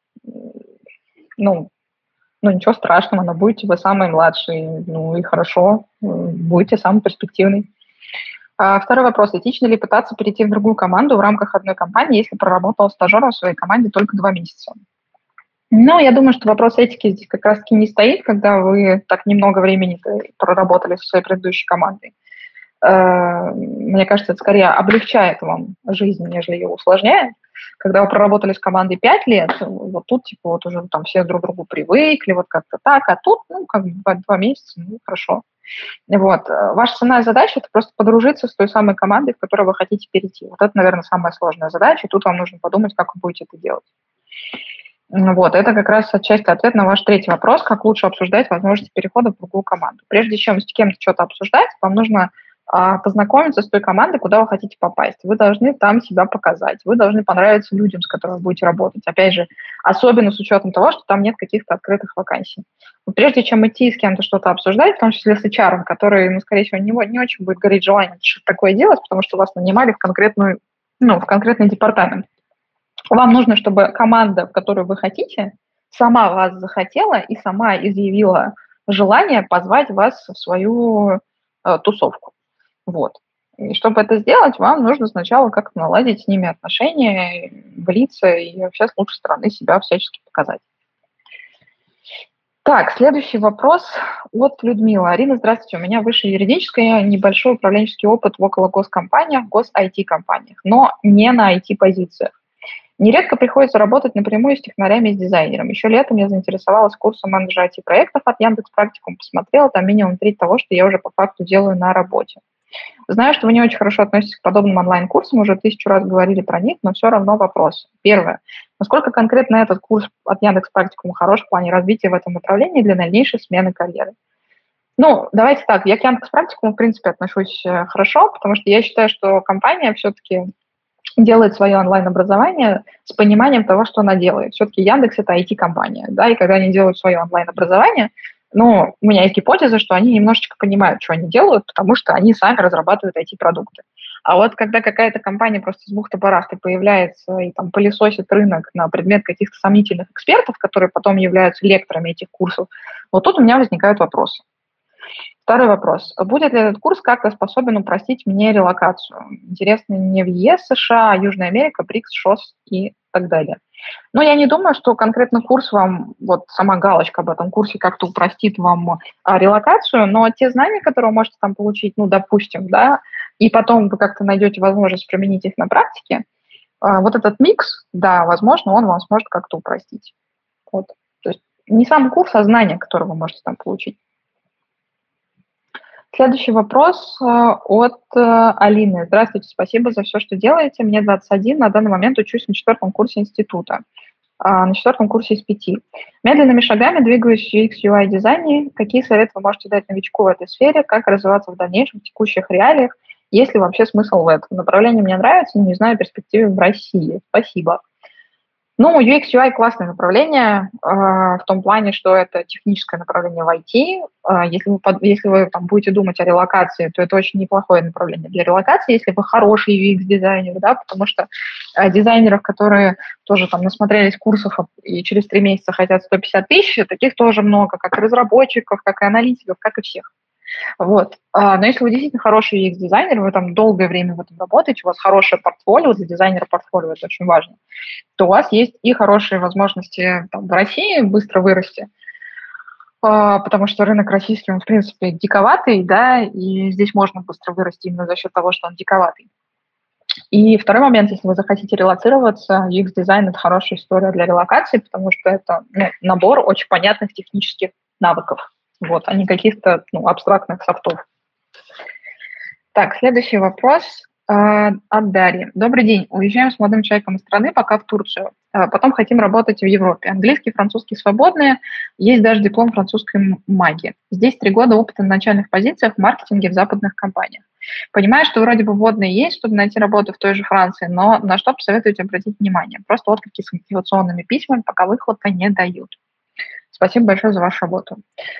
[SPEAKER 2] ничего страшного, но будете вы самый младший, и хорошо, будете самый перспективный. Второй вопрос. Этично ли пытаться перейти в другую команду в рамках одной компании, если проработал стажером в своей команде только 2 месяца? Я думаю, что вопрос этики здесь как раз-таки не стоит, когда вы так немного времени проработали со своей предыдущей командой. Мне кажется, это скорее облегчает вам жизнь, нежели ее усложняет. Когда вы проработали с командой 5 лет, вот тут уже все друг к другу привыкли, вот как-то так, а тут 2 месяца, хорошо. Вот. Ваша основная задача – это просто подружиться с той самой командой, в которую вы хотите перейти. Вот это, наверное, самая сложная задача, и тут вам нужно подумать, как вы будете это делать. Вот, это как раз отчасти ответ на ваш третий вопрос, как лучше обсуждать возможности перехода в другую команду. Прежде чем с кем-то что-то обсуждать, вам нужно познакомиться с той командой, куда вы хотите попасть. Вы должны там себя показать, вы должны понравиться людям, с которыми вы будете работать. Опять же, особенно с учетом того, что там нет каких-то открытых вакансий. Но прежде чем идти с кем-то что-то обсуждать, в том числе с HR, который, скорее всего, не очень будет гореть желанием что-то такое делать, потому что вас нанимали в конкретный департамент. Вам нужно, чтобы команда, в которую вы хотите, сама вас захотела и сама изъявила желание позвать вас в свою тусовку. Вот. И чтобы это сделать, вам нужно сначала как-то наладить с ними отношения, влиться и вообще с лучшей стороны себя всячески показать. Так, следующий вопрос от Людмилы. Арина, здравствуйте. У меня высшее юридическое, небольшой управленческий опыт в около госкомпаниях, гос-IT-компаниях, но не на IT-позициях. Нередко приходится работать напрямую с технарями и с дизайнером. Еще летом я заинтересовалась курсом менеджера IT-проектов от Яндекс.Практикум, посмотрела, там минимум треть того, что я уже по факту делаю на работе. Знаю, что вы не очень хорошо относитесь к подобным онлайн-курсам, уже 1000 раз говорили про них, но все равно вопрос. Первое. Насколько конкретно этот курс от Яндекс.Практикума хорош в плане развития в этом направлении для дальнейшей смены карьеры? Давайте так, я к Яндекс.Практикуму, в принципе, отношусь хорошо, потому что я считаю, что компания все-таки делает свое онлайн-образование с пониманием того, что она делает. Все-таки Яндекс – это IT-компания, да, и когда они делают свое онлайн-образование, у меня есть гипотеза, что они немножечко понимают, что они делают, потому что они сами разрабатывают IT-продукты. А вот когда какая-то компания просто с бухты-барахты появляется и пылесосит рынок на предмет каких-то сомнительных экспертов, которые потом являются лекторами этих курсов, вот тут у меня возникают вопросы. Второй вопрос. Будет ли этот курс как-то способен упростить мне релокацию? Интересно, не в ЕС, США, а Южная Америка, БРИКС, ШОС и так далее. Но я не думаю, что конкретно курс вам, сама галочка об этом курсе как-то упростит вам релокацию, но те знания, которые вы можете там получить, допустим, да, и потом вы как-то найдете возможность применить их на практике, Вот этот микс, да, возможно, он вам сможет как-то упростить. Вот. То есть не сам курс, а знания, которые вы можете там получить. Следующий вопрос от Алины. Здравствуйте, спасибо за все, что делаете. Мне 21, на данный момент учусь на 4 курсе института, на 4 курсе из 5. Медленными шагами двигаюсь в UX, UI дизайне. Какие советы вы можете дать новичку в этой сфере? Как развиваться в дальнейшем в текущих реалиях? Есть ли вообще смысл в этом? Направление мне нравится, но не знаю перспективы в России. Спасибо. Ну, UX, UI классное направление в том плане, что это техническое направление в IT. Если вы там будете думать о релокации, то это очень неплохое направление для релокации, если вы хороший UX-дизайнер, да, потому что дизайнеров, которые тоже там насмотрелись курсов и через 3 месяца хотят 150 тысяч, таких тоже много, как и разработчиков, как и аналитиков, как и всех. Вот. Но если вы действительно хороший UX-дизайнер, вы там долгое время в этом работаете, у вас хорошее портфолио, для дизайнера портфолио это очень важно, то у вас есть и хорошие возможности там, в России быстро вырасти, потому что рынок российский, он, в принципе, диковатый, да, и здесь можно быстро вырасти именно за счет того, что он диковатый. И второй момент, если вы захотите релоцироваться, UX-дизайн – это хорошая история для релокации, потому что это набор очень понятных технических навыков, вот, а не каких-то абстрактных софтов. Так, следующий вопрос от Дарьи. Добрый день. Уезжаем с молодым человеком из страны, пока в Турцию. Потом хотим работать в Европе. Английский, французский свободные. Есть даже диплом французской магии. Здесь 3 года опыта на начальных позициях в маркетинге в западных компаниях. Понимаю, что вроде бы вводные есть, чтобы найти работу в той же Франции, но на что посоветуете обратить внимание? Просто отклики с мотивационными письмами, пока выхлопа не дают. Спасибо большое за вашу работу.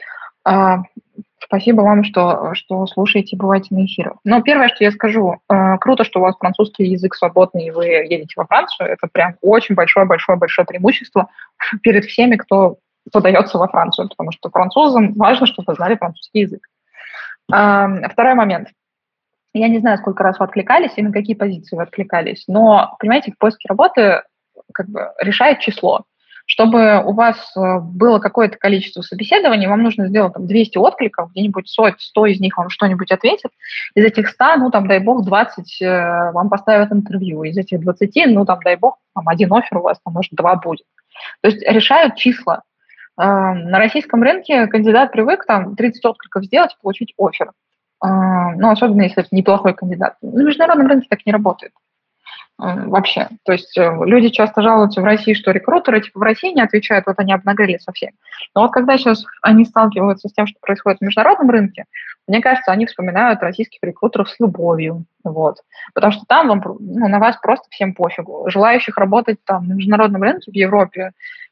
[SPEAKER 2] Спасибо вам, что слушаете и бываете на эфирах. Но первое, что я скажу, круто, что у вас французский язык свободный, и вы едете во Францию. Это прям очень большое-большое-большое преимущество перед всеми, кто подается во Францию, потому что французам важно, чтобы вы знали французский язык. Второй момент. Я не знаю, сколько раз вы откликались и на какие позиции вы откликались, но, понимаете, в поиске работы как бы решает число. Чтобы у вас было какое-то количество собеседований, вам нужно сделать там 200 откликов, где-нибудь 100 из них вам что-нибудь ответят. Из этих 100, дай бог, 20 вам поставят интервью. Из этих 20, дай бог, один оффер у вас, может, 2 будет. То есть решают числа. На российском рынке кандидат привык 30 откликов сделать и получить оффер. Особенно, если это неплохой кандидат. На международном рынке так не работает. Вообще. То есть люди часто жалуются в России, что рекрутеры в России не отвечают, вот они обнаглели совсем. Но вот когда сейчас они сталкиваются с тем, что происходит в международном рынке, мне кажется, они вспоминают российских рекрутеров с любовью. Вот. Потому что там на вас просто всем пофигу. Желающих работать на международном рынке в Европе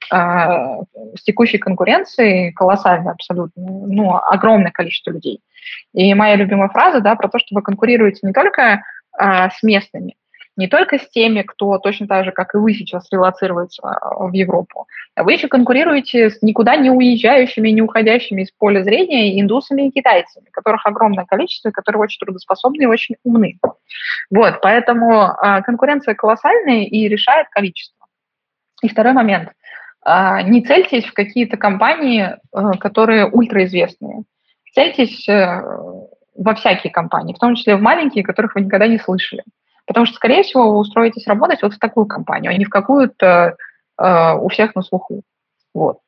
[SPEAKER 2] с текущей конкуренцией колоссально абсолютно, огромное количество людей. И моя любимая фраза, про то, что вы конкурируете не только с местными, не только с теми, кто точно так же, как и вы сейчас, релоцируется в Европу, вы еще конкурируете с никуда не уезжающими, не уходящими из поля зрения индусами и китайцами, которых огромное количество, и которые очень трудоспособны и очень умны. Вот, поэтому конкуренция колоссальная и решает количество. И второй момент. Не цельтесь в какие-то компании, которые ультраизвестные. Цельтесь во всякие компании, в том числе в маленькие, которых вы никогда не слышали. Потому что, скорее всего, вы устроитесь работать вот в такую компанию, а не в какую-то у всех на слуху. Вот.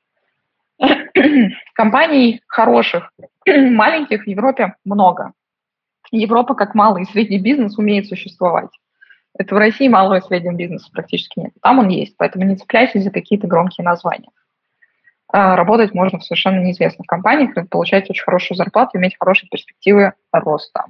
[SPEAKER 2] Компаний хороших, маленьких в Европе много. Европа, как малый и средний бизнес, умеет существовать. Это в России малого и среднего бизнеса практически нет. Там он есть, поэтому не цепляйтесь за какие-то громкие названия. Работать можно в совершенно неизвестных компаниях, получать очень хорошую зарплату, иметь хорошие перспективы роста.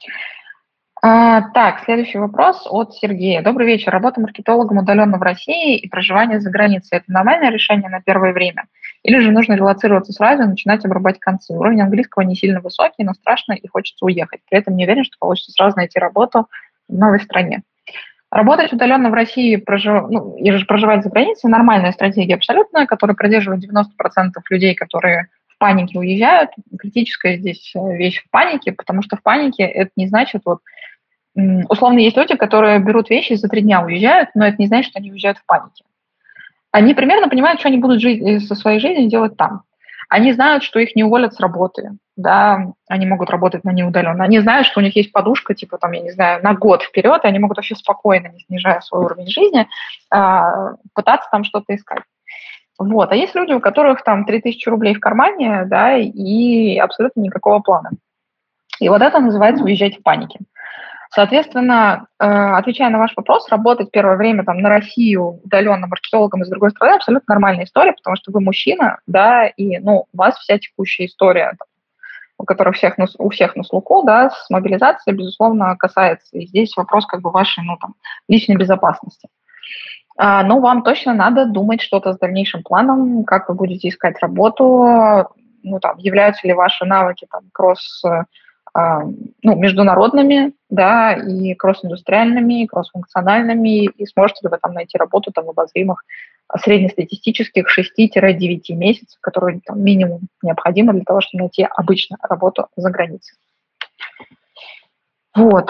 [SPEAKER 2] Так, следующий вопрос от Сергея. Добрый вечер. Работа маркетологом удаленно в России и проживание за границей – это нормальное решение на первое время? Или же нужно релоцироваться сразу и начинать обрубать концы? Уровень английского не сильно высокий, но страшно и хочется уехать. При этом не уверен, что получится сразу найти работу в новой стране. Работать удаленно в России и же проживать за границей – нормальная стратегия абсолютно, которая продерживает 90% людей, которые в панике уезжают. Критическая здесь вещь в панике, потому что в панике это не значит, условно, есть люди, которые берут вещи и за 3 дня уезжают, но это не значит, что они уезжают в панике. Они примерно понимают, что они будут со своей жизнью делать там. Они знают, что их не уволят с работы. да, они могут работать на неудаленно. Они знают, что у них есть подушка, типа, там, я не знаю, на год вперед, и они могут вообще спокойно, не снижая свой уровень жизни, пытаться там что-то искать. Вот. А есть люди, у которых там 3000 рублей в кармане, да, и абсолютно никакого плана. И вот это называется уезжать в панике. Соответственно, отвечая на ваш вопрос, работать первое время там, на Россию удаленным маркетологом из другой страны абсолютно нормальная история, потому что вы мужчина, да, и у вас вся текущая история, у которой у всех на слуху, да, с мобилизацией, безусловно, касается. И здесь вопрос как бы вашей личной безопасности. Но вам точно надо думать что-то с дальнейшим планом, как вы будете искать работу, являются ли ваши навыки международными, да, и кросс-индустриальными, и кросс-функциональными, и сможете ли вы там найти работу в обозримых среднестатистических 6-9 месяцев, которые минимум необходимы для того, чтобы найти обычно работу за границей. Вот.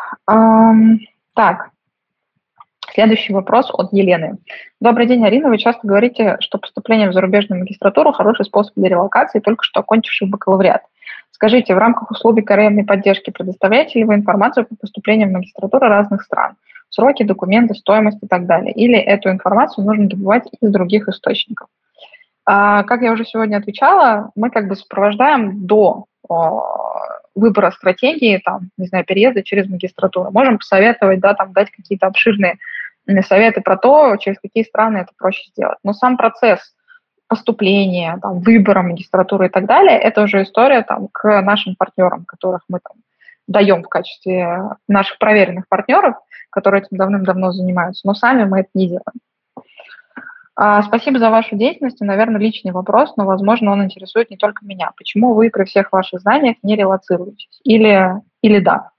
[SPEAKER 2] Так. Следующий вопрос от Елены. Добрый день, Арина. Вы часто говорите, что поступление в зарубежную магистратуру – хороший способ для релокации только что окончивших бакалавриат. Скажите, в рамках услуги карьерной поддержки предоставляете ли вы информацию по поступлению в магистратуру разных стран? Сроки, документы, стоимость и так далее? Или эту информацию нужно добывать из других источников? Как я уже сегодня отвечала, мы как бы сопровождаем до выбора стратегии, переезда через магистратуру. Можем посоветовать, дать какие-то обширные советы про то, через какие страны это проще сделать. Но сам процесс поступления, выбора магистратуры и так далее, это уже история к нашим партнерам, которых мы даем в качестве наших проверенных партнеров, которые этим давным-давно занимаются, но сами мы это не делаем. Спасибо за вашу деятельность. И, наверное, личный вопрос, но, возможно, он интересует не только меня. Почему вы при всех ваших знаниях не релоцируетесь? Или да?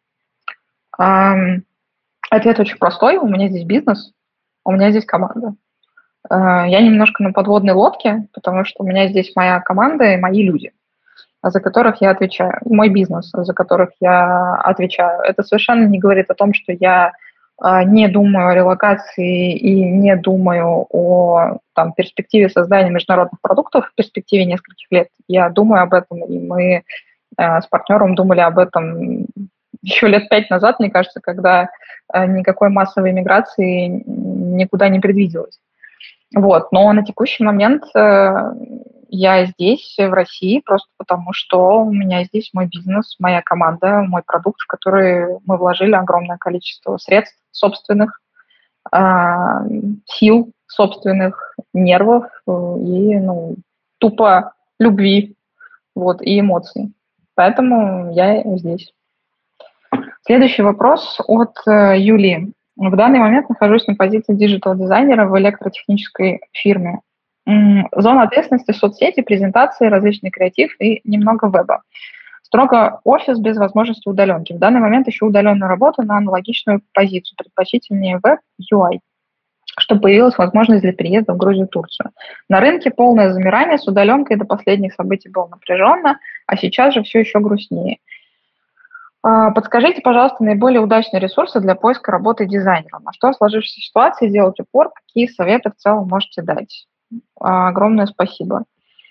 [SPEAKER 2] Ответ очень простой. У меня здесь бизнес, у меня здесь команда. Я немножко на подводной лодке, потому что у меня здесь моя команда и мои люди, за которых я отвечаю. И мой бизнес, за которых я отвечаю. Это совершенно не говорит о том, что я не думаю о релокации и не думаю о перспективе создания международных продуктов в перспективе нескольких лет. Я думаю об этом, и мы с партнером думали об этом еще лет 5 назад, мне кажется, когда никакой массовой миграции никуда не предвиделось. Вот. Но на текущий момент я здесь, в России, просто потому что у меня здесь мой бизнес, моя команда, мой продукт, в который мы вложили огромное количество средств собственных, сил собственных, нервов и тупо любви и эмоций. Поэтому я здесь. Следующий вопрос от Юлии. В данный момент нахожусь на позиции диджитал-дизайнера в электротехнической фирме. Зона ответственности соцсети, презентации, различный креатив и немного веба. Строго офис без возможности удаленки. В данный момент ищу удаленную работу на аналогичную позицию, предпочтительнее веб, UI, чтобы появилась возможность для переезда в Грузию и Турцию. На рынке полное замирание, с удаленкой до последних событий было напряженно, а сейчас же все еще грустнее. Подскажите, пожалуйста, наиболее удачные ресурсы для поиска работы дизайнером. На что в сложившейся ситуации делать упор? Какие советы в целом можете дать? Огромное спасибо.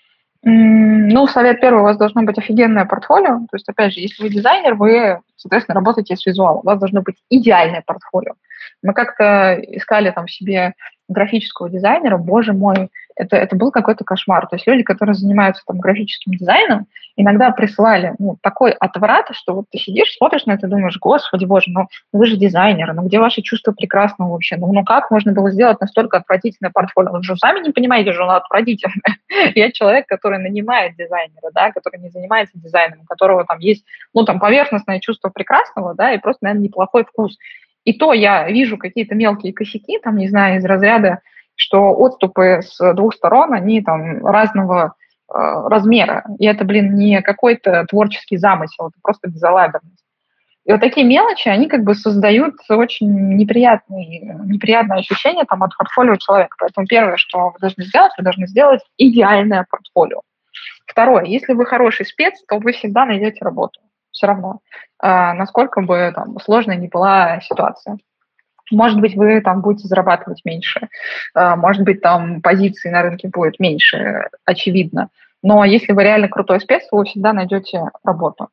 [SPEAKER 2] Совет первый, у вас должно быть офигенное портфолио. То есть, опять же, если вы дизайнер, вы, соответственно, работаете с визуалом. У вас должно быть идеальное портфолио. Мы как-то искали себе графического дизайнера, боже мой, это был какой-то кошмар. То есть люди, которые занимаются графическим дизайном, иногда присылали такой отврат, что ты сидишь, смотришь на это и думаешь, господи, боже, вы же дизайнеры, где ваши чувства прекрасного вообще? Как можно было сделать настолько отвратительное портфолио? Вы же сами не понимаете, что оно отвратительное. Я человек, который нанимает дизайнера, да, который не занимается дизайном, у которого есть, поверхностное чувство прекрасного, да, и просто, наверное, неплохой вкус. И то я вижу какие-то мелкие косяки, из разряда, что отступы с двух сторон, они разного размера. И это, не какой-то творческий замысел, это просто безалаберность. И такие мелочи, они создают очень неприятное ощущение от портфолио человека. Поэтому первое, что вы должны сделать идеальное портфолио. Второе, если вы хороший спец, то вы всегда найдете работу. Все равно, насколько бы сложной ни была ситуация. Может быть, вы будете зарабатывать меньше, может быть, позиций на рынке будет меньше, очевидно. Но если вы реально крутой спец, то вы всегда найдете работу.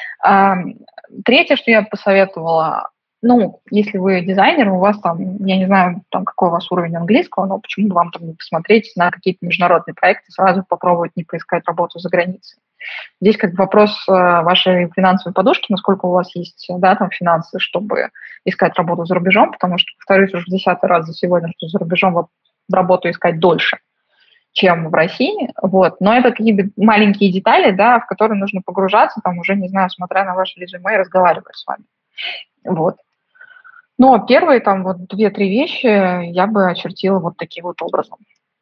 [SPEAKER 2] Третье, что я бы посоветовала, ну, если вы дизайнер, у вас там, я не знаю, там, какой у вас уровень английского, но почему бы вам там не посмотреть на какие-то международные проекты, сразу попробовать не поискать работу за границей. Здесь как бы вопрос вашей финансовой подушки, насколько у вас есть, да, там, финансы, чтобы искать работу за рубежом, потому что, повторюсь уже в 10-й раз за сегодня, что за рубежом вот работу искать дольше, чем в России, вот. Но это какие-то маленькие детали, да, в которые нужно погружаться, там уже, не знаю, смотря на ваше резюме и разговаривать с вами, вот. Но первые там вот 2-3 вещи я бы очертила вот таким вот образом.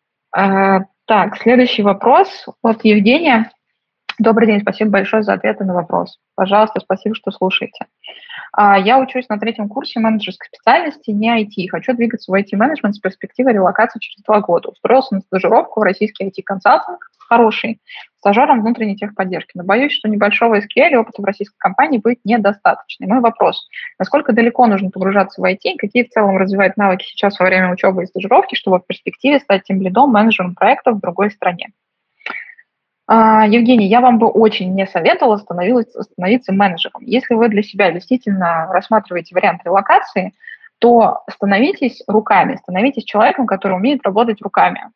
[SPEAKER 2] Так, следующий вопрос от Евгения. Добрый день, спасибо большое за ответы на вопрос. Пожалуйста, спасибо, что слушаете. Я учусь на 3-м курсе менеджерской специальности, не IT. Хочу двигаться в IT-менеджмент с перспективой релокации через 2 года. Устроился на стажировку в российский IT-консалтинг, хороший, стажером внутренней техподдержки. Но боюсь, что небольшого SQL и опыта в российской компании будет недостаточно. И мой вопрос, насколько далеко нужно погружаться в IT, какие в целом развивать навыки сейчас во время учебы и стажировки, чтобы в перспективе стать тимлидом, менеджером проектов в другой стране? Евгений, я вам бы очень не советовала становиться менеджером. Если вы для себя действительно рассматриваете вариант релокации, то становитесь руками, становитесь человеком, который умеет работать руками.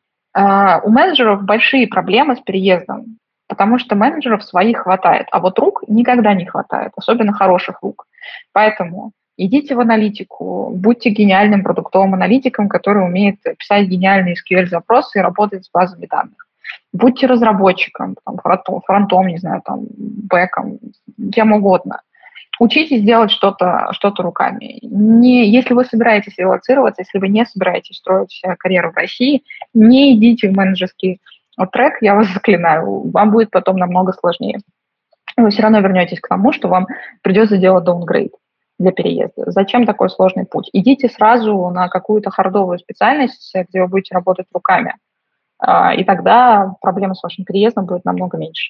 [SPEAKER 2] У менеджеров большие проблемы с переездом, потому что менеджеров своих хватает, а вот рук никогда не хватает, особенно хороших рук. Поэтому идите в аналитику, будьте гениальным продуктовым аналитиком, который умеет писать гениальные SQL-запросы и работать с базами данных. Будьте разработчиком, там, фронтом, не знаю, там, бэком, кем угодно. Учитесь делать что-то руками. Если вы собираетесь релоцироваться, если вы не собираетесь строить карьеру в России, не идите в менеджерский трек, я вас заклинаю, вам будет потом намного сложнее. Вы все равно вернетесь к тому, что вам придется делать даунгрейд для переезда. Зачем такой сложный путь? Идите сразу на какую-то хардовую специальность, где вы будете работать руками. И тогда проблема с вашим переездом будет намного меньше.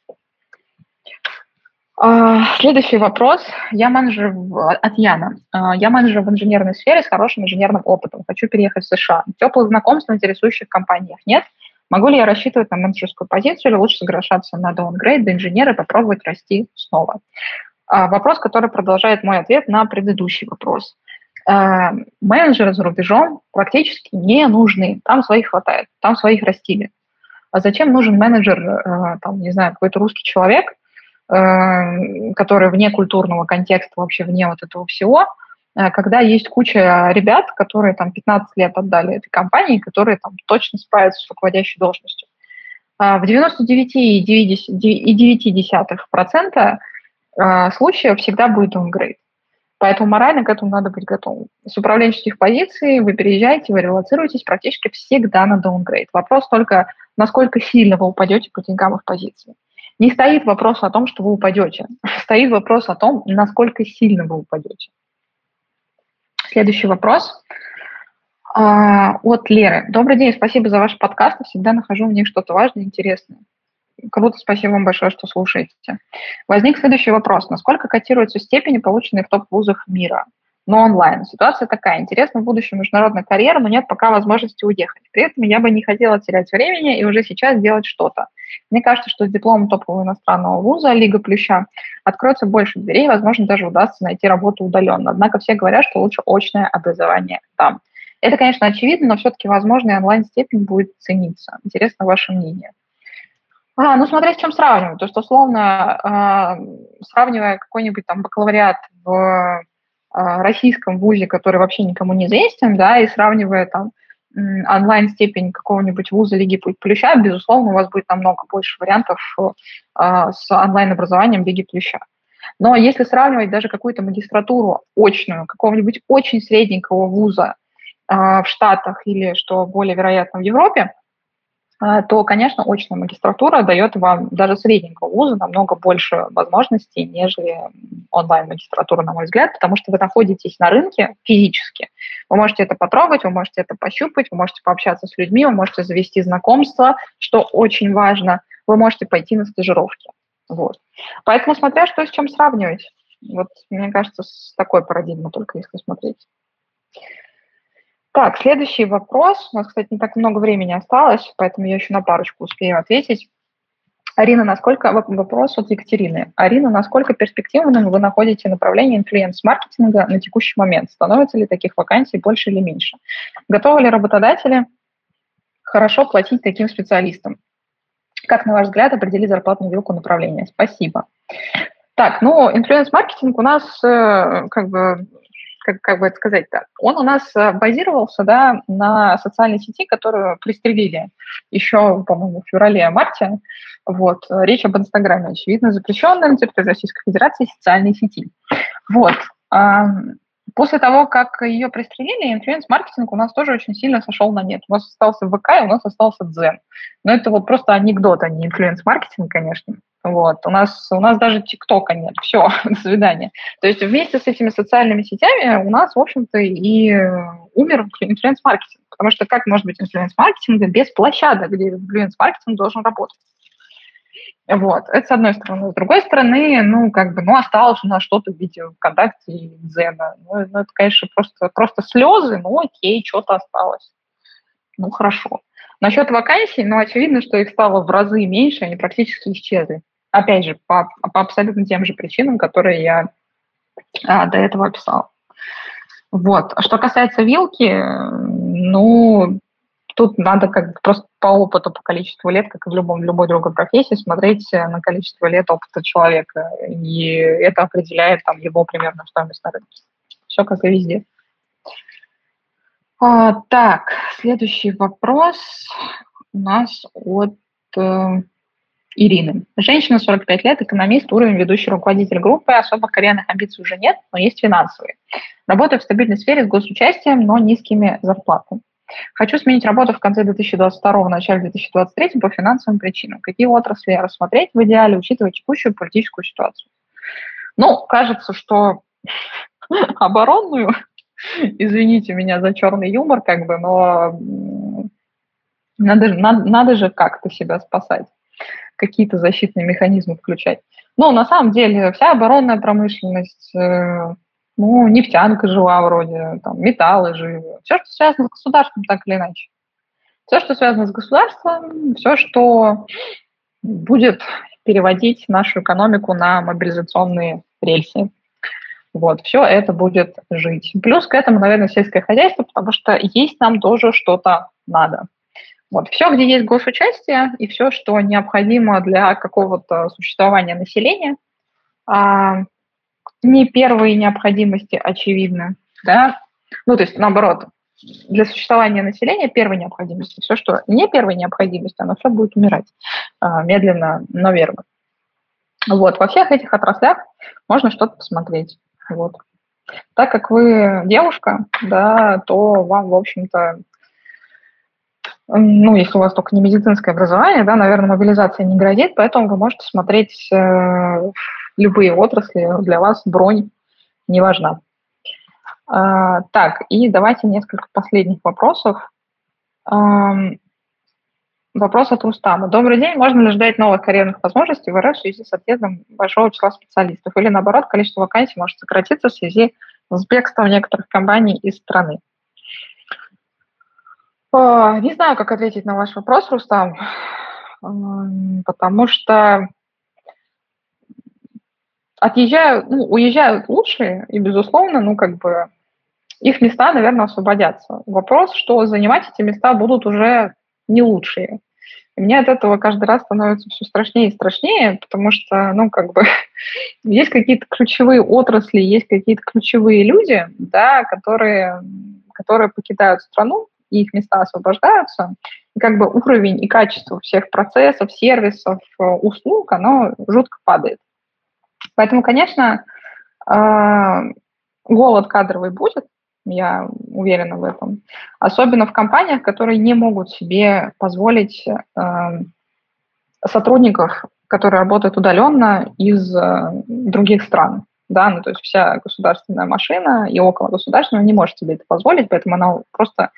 [SPEAKER 2] Следующий вопрос. От Яна. Я менеджер в инженерной сфере с хорошим инженерным опытом. Хочу переехать в США. Теплых знакомств в интересующих компаниях нет. Могу ли я рассчитывать на менеджерскую позицию или лучше соглашаться на даунгрейд до инженера и попробовать расти снова? Вопрос, который продолжает мой ответ на предыдущий вопрос. Менеджеры за рубежом практически не нужны. Там своих хватает, там своих растили. А зачем нужен менеджер, там, не знаю, какой-то русский человек, который вне культурного контекста, вообще вне вот этого всего, когда есть куча ребят, которые там 15 лет отдали этой компании, которые там точно справятся с руководящей должностью. В 99,9% случаев всегда будет даунгрейд. Поэтому морально к этому надо быть готовым. С управленческих позиций вы переезжаете, вы релоцируетесь практически всегда на даунгрейд. Вопрос только, насколько сильно вы упадете по деньгам их позиции. Не стоит вопрос о том, что вы упадете. Стоит вопрос о том, насколько сильно вы упадете. Следующий вопрос от Леры. Добрый день, спасибо за ваш подкаст. Я всегда нахожу в них что-то важное и интересное. Круто, спасибо вам большое, что слушаете. Возник следующий вопрос. Насколько котируются степени, полученные в топ-вузах мира, но онлайн? Ситуация такая. Интересна в будущем международная карьера, но нет пока возможности уехать. При этом я бы не хотела терять времени и уже сейчас делать что-то. Мне кажется, что с дипломом топового иностранного вуза Лига Плюща откроется больше дверей, возможно, даже удастся найти работу удаленно. Однако все говорят, что лучше очное образование там. Это, конечно, очевидно, но все-таки, возможно, и онлайн-степень будет цениться. Интересно ваше мнение. Ну, смотря с чем сравнивать. То есть, условно, сравнивая какой-нибудь там бакалавриат в российском вузе, который вообще никому не известен, да, и сравнивая там онлайн-степень какого-нибудь вуза Лиги Плюща, безусловно, у вас будет намного больше вариантов с онлайн-образованием Лиги Плюща. Но если сравнивать даже какую-то магистратуру очную, какого-нибудь очень средненького вуза в Штатах или, что более вероятно, в Европе, то, конечно, очная магистратура дает вам даже средненького вуза намного больше возможностей, нежели онлайн-магистратура, на мой взгляд, потому что вы находитесь на рынке физически. Вы можете это потрогать, вы можете это пощупать, вы можете пообщаться с людьми, вы можете завести знакомства, что очень важно, вы можете пойти на стажировки. Вот. Поэтому, смотря что с чем сравнивать, вот, мне кажется, с такой парадигмой только если смотреть. Так, следующий вопрос. У нас, кстати, не так много времени осталось, поэтому я еще на парочку успею ответить. Арина, насколько вопрос от Екатерины. Арина, насколько перспективным вы находите направление инфлюенс-маркетинга на текущий момент? Становится ли таких вакансий больше или меньше? Готовы ли работодатели хорошо платить таким специалистам? Как, на ваш взгляд, определить зарплатную вилку направления? Спасибо. Так, ну, инфлюенс-маркетинг у нас, как бы это сказать-то, он у нас базировался, да, на социальной сети, которую пристрелили еще, по-моему, в феврале-марте. Вот, речь об Инстаграме, очевидно, запрещенной на территории Российской Федерации социальной сети. Вот. После того, как ее пристрелили, инфлюенс-маркетинг у нас тоже очень сильно сошел на нет. У нас остался ВК, и у нас остался Дзен. Но это вот просто анекдот, а не инфлюенс-маркетинг, конечно. Вот. У нас даже ТикТока нет. Все, до свидания. То есть вместе с этими социальными сетями у нас, в общем-то, и умер инфлюенс-маркетинг. Потому что как может быть инфлюенс-маркетинг без площадок, где инфлюенс-маркетинг должен работать? Вот, это с одной стороны. С другой стороны, осталось у нас что-то в виде ВКонтакте и Дзена. Это, конечно, просто слезы, окей, что-то осталось. Хорошо. Насчет вакансий, очевидно, что их стало в разы меньше, они практически исчезли. Опять же, по абсолютно тем же причинам, которые я до этого описала. Вот. Что касается вилки, тут надо просто по опыту, по количеству лет, как и в любой другой профессии, смотреть на количество лет опыта человека. И это определяет его примерную стоимость на рынке. Все как и везде. Так, следующий вопрос у нас от Ирины. Женщина, 45 лет, экономист, уровень ведущий руководитель группы, особых карьерных амбиций уже нет, но есть финансовые. Работаю в стабильной сфере с госучастием, но низкими зарплатами. Хочу сменить работу в конце 2022, начале 2023 по финансовым причинам. Какие отрасли рассмотреть в идеале, учитывая текущую политическую ситуацию? Кажется, что оборонную, извините меня за черный юмор, но надо же как-то себя спасать, какие-то защитные механизмы включать. На самом деле, вся оборонная промышленность, нефтянка жива вроде, металлы живы. Все, что связано с государством, так или иначе. Все, что связано с государством, все, что будет переводить нашу экономику на мобилизационные рельсы. Вот, все это будет жить. Плюс к этому, наверное, сельское хозяйство, потому что есть нам тоже что-то надо. Вот, все, где есть госучастие, и все, что необходимо для какого-то существования населения, не первой необходимости, очевидно, да, то есть, наоборот, для существования населения первой необходимости. Все, что не первой необходимости, оно все будет умирать медленно, но верно. Вот, во всех этих отраслях можно что-то посмотреть. Вот. Так как вы девушка, да, то вам, в общем-то, если у вас только не медицинское образование, да, наверное, мобилизация не грозит, поэтому вы можете смотреть любые отрасли, для вас бронь не важна. Так, и давайте несколько последних вопросов. Вопрос от Рустама. Добрый день. Можно ли ждать новых карьерных возможностей в РФ в связи с отъездом большого числа специалистов? Или, наоборот, количество вакансий может сократиться в связи с бегством некоторых компаний из страны? Не знаю, как ответить на ваш вопрос, Рустам, потому что уезжают лучшие, и, безусловно, их места, наверное, освободятся. Вопрос, что занимать эти места будут уже не лучшие. И мне от этого каждый раз становится все страшнее и страшнее, потому что, есть какие-то ключевые отрасли, есть какие-то ключевые люди, да, которые покидают страну, и их места освобождаются, и уровень и качество всех процессов, сервисов, услуг, оно жутко падает. Поэтому, конечно, голод кадровый будет, я уверена в этом. Особенно в компаниях, которые не могут себе позволить сотрудников, которые работают удаленно из других стран. Да? То есть вся государственная машина и около государственного не может себе это позволить, поэтому она просто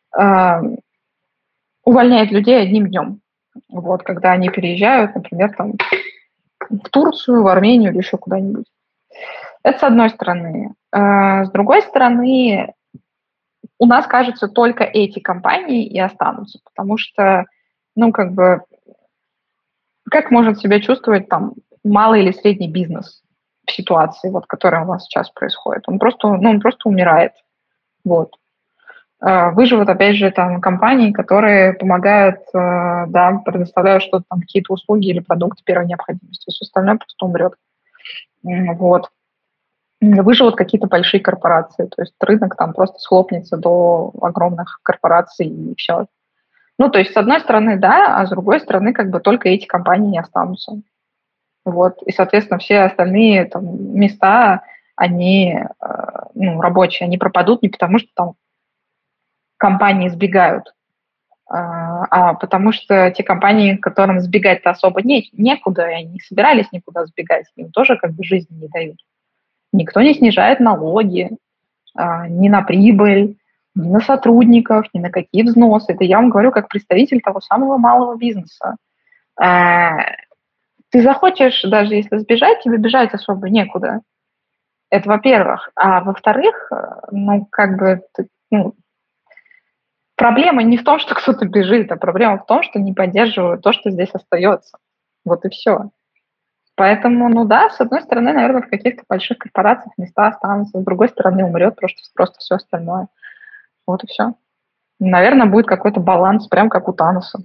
[SPEAKER 2] увольняет людей одним днем. Вот, когда они переезжают, например, в Турцию, в Армению или еще куда-нибудь. Это с одной стороны. С другой стороны, у нас, кажется, только эти компании и останутся, потому что, ну, как бы, как может себя чувствовать там малый или средний бизнес в ситуации, вот, которая у нас сейчас происходит? Он просто умирает, вот. Выживут, опять же, там компании, которые помогают, да, предоставляют что-то там, какие-то услуги или продукты первой необходимости. Все остальное просто умрет. Вот. Выживут какие-то большие корпорации, то есть рынок там просто схлопнется до огромных корпораций и все. Ну, то есть, с одной стороны, да, а с другой стороны, как бы только эти компании не останутся. Вот. И, соответственно, все остальные там места, они, ну, рабочие, они пропадут не потому, что там компании сбегают, а потому что те компании, которым сбегать-то особо некуда, и они не собирались никуда сбегать, им тоже как бы жизни не дают. Никто не снижает налоги, ни на прибыль, ни на сотрудников, ни на какие взносы. Это я вам говорю как представитель того самого малого бизнеса. Ты захочешь, даже если сбежать, тебе бежать особо некуда. Это во-первых. А во-вторых, ну, как бы, ну, проблема не в том, что кто-то бежит, а проблема в том, что не поддерживают то, что здесь остается. Вот и все. Поэтому, ну да, с одной стороны, наверное, в каких-то больших корпорациях места останутся, с другой стороны, умрет просто все остальное. Вот и все. Наверное, будет какой-то баланс, прям как у Таноса.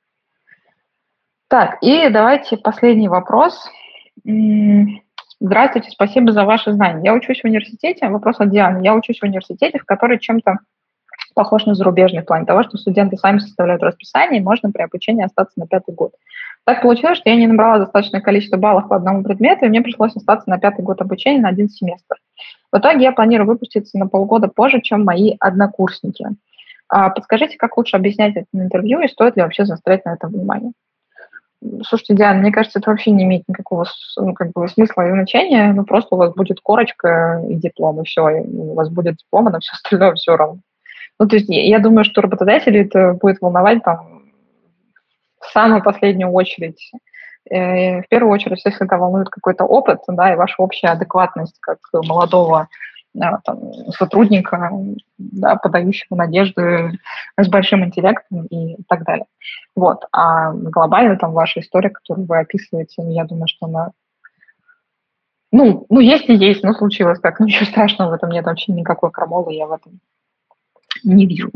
[SPEAKER 2] Так, и давайте последний вопрос. Здравствуйте, спасибо за ваши знания. Я учусь в университете, вопрос от Дианы. Я учусь в университете, в который чем-то похож на зарубежный в плане того, что студенты сами составляют расписание, и можно при обучении остаться на 5-й год. Так получилось, что я не набрала достаточное количество баллов по одному предмету, и мне пришлось остаться на 5-й год обучения на один семестр. В итоге я планирую выпуститься на полгода позже, чем мои однокурсники. Подскажите, как лучше объяснять это на интервью, и стоит ли вообще заострять на этом внимание? Слушайте, Диана, мне кажется, это вообще не имеет никакого как бы, смысла и значения. Ну, просто у вас будет корочка и диплом, и все. И у вас будет диплом, а на все остальное все равно. Ну, то есть я думаю, что работодателей это будет волновать там в самую последнюю очередь. В первую очередь, если это волнует какой-то опыт, да, и ваша общая адекватность как молодого там, сотрудника, да, подающего надежды с большим интеллектом и так далее. Вот. А глобально там ваша история, которую вы описываете, я думаю, что она ну, есть и есть, но случилось так. Ничего страшного в этом нет, вообще никакой крамолы я в этом не вижу.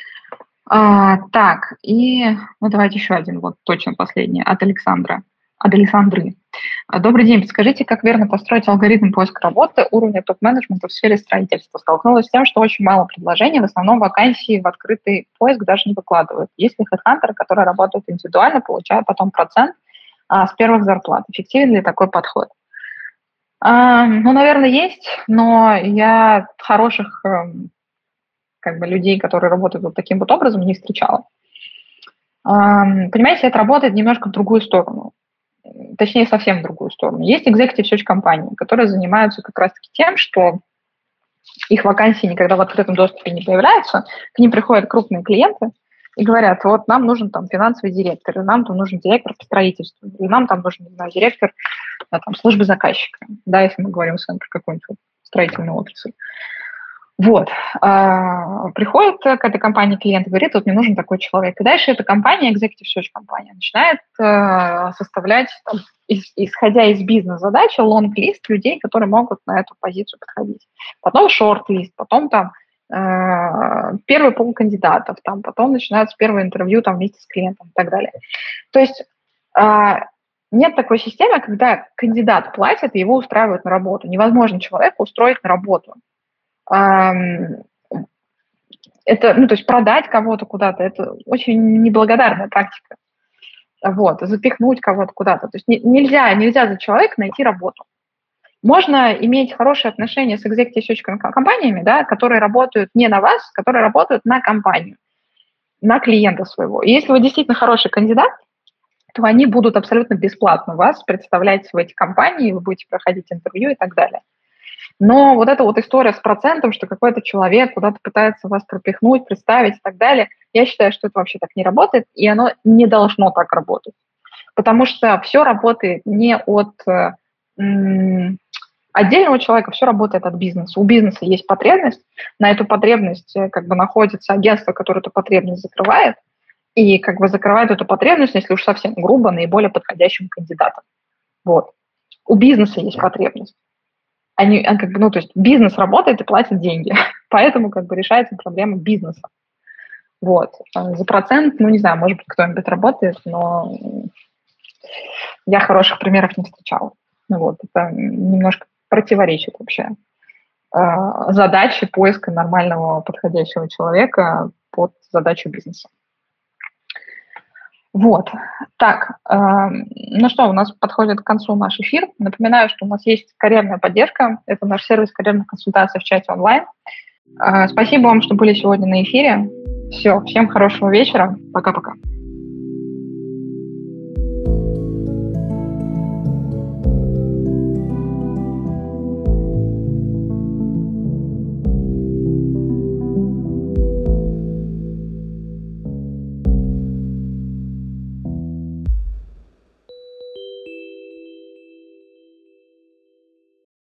[SPEAKER 2] Так, и ну, давайте еще один, вот точно последний, от Александры. Добрый день, подскажите, как верно построить алгоритм поиска работы уровня топ-менеджмента в сфере строительства? Столкнулась с тем, что очень мало предложений, в основном вакансии в открытый поиск даже не выкладывают. Есть ли хедхантеры, которые работают индивидуально, получая потом процент с первых зарплат? Эффективен ли такой подход? Ну, наверное, есть, но я хороших как бы людей, которые работают вот таким вот образом, не встречала. Понимаете, это работает немножко в другую сторону. Точнее, совсем в другую сторону. Есть executive search компании, которые занимаются как раз-таки тем, что их вакансии никогда в открытом доступе не появляются, к ним приходят крупные клиенты и говорят, вот нам нужен там финансовый директор, или нам там нужен директор по строительству, или нам там нужен, не знаю, директор там, службы заказчика, да, если мы говорим с вами про какую-нибудь отрасль отрасль. Вот. Приходит к этой компании клиент и говорит, вот мне нужен такой человек. И дальше эта компания, executive search компания, начинает составлять, там, исходя из бизнес-задачи, лонг-лист людей, которые могут на эту позицию подходить. Потом шорт-лист, потом там первый пул кандидатов, там, потом начинается первое интервью там, вместе с клиентом и так далее. То есть нет такой системы, когда кандидат платит и его устраивают на работу. Невозможно человека устроить на работу. Это, ну, то есть продать кого-то куда-то, это очень неблагодарная практика. Вот, запихнуть кого-то куда-то. То есть нельзя за человека найти работу. Можно иметь хорошие отношения с executive search компаниями, да, которые работают не на вас, которые работают на компанию, на клиента своего. И если вы действительно хороший кандидат, то они будут абсолютно бесплатно вас представлять в эти компании, вы будете проходить интервью и так далее. Но вот эта вот история с процентом, что какой-то человек куда-то пытается вас пропихнуть, представить и так далее, я считаю, что это вообще так не работает, и оно не должно так работать. Потому что все работает не от отдельного человека все работает от бизнеса. У бизнеса есть потребность, на эту потребность как бы находится агентство, которое эту потребность закрывает, и как бы закрывает эту потребность, если уж совсем грубо, наиболее подходящим кандидатом. Вот. У бизнеса есть потребность. Как бы, ну, то есть бизнес работает и платит деньги, поэтому как бы решается проблема бизнеса. Вот. За процент, ну, не знаю, может быть, кто-нибудь работает, но я хороших примеров не встречала. Вот. Это немножко противоречит вообще задаче поиска нормального подходящего человека под задачу бизнеса. Вот. Так, ну что, у нас подходит к концу наш эфир. Напоминаю, что у нас есть карьерная поддержка. Это наш сервис карьерных консультаций в чате онлайн. Спасибо вам, что были сегодня на эфире. Все, всем хорошего вечера. Пока-пока.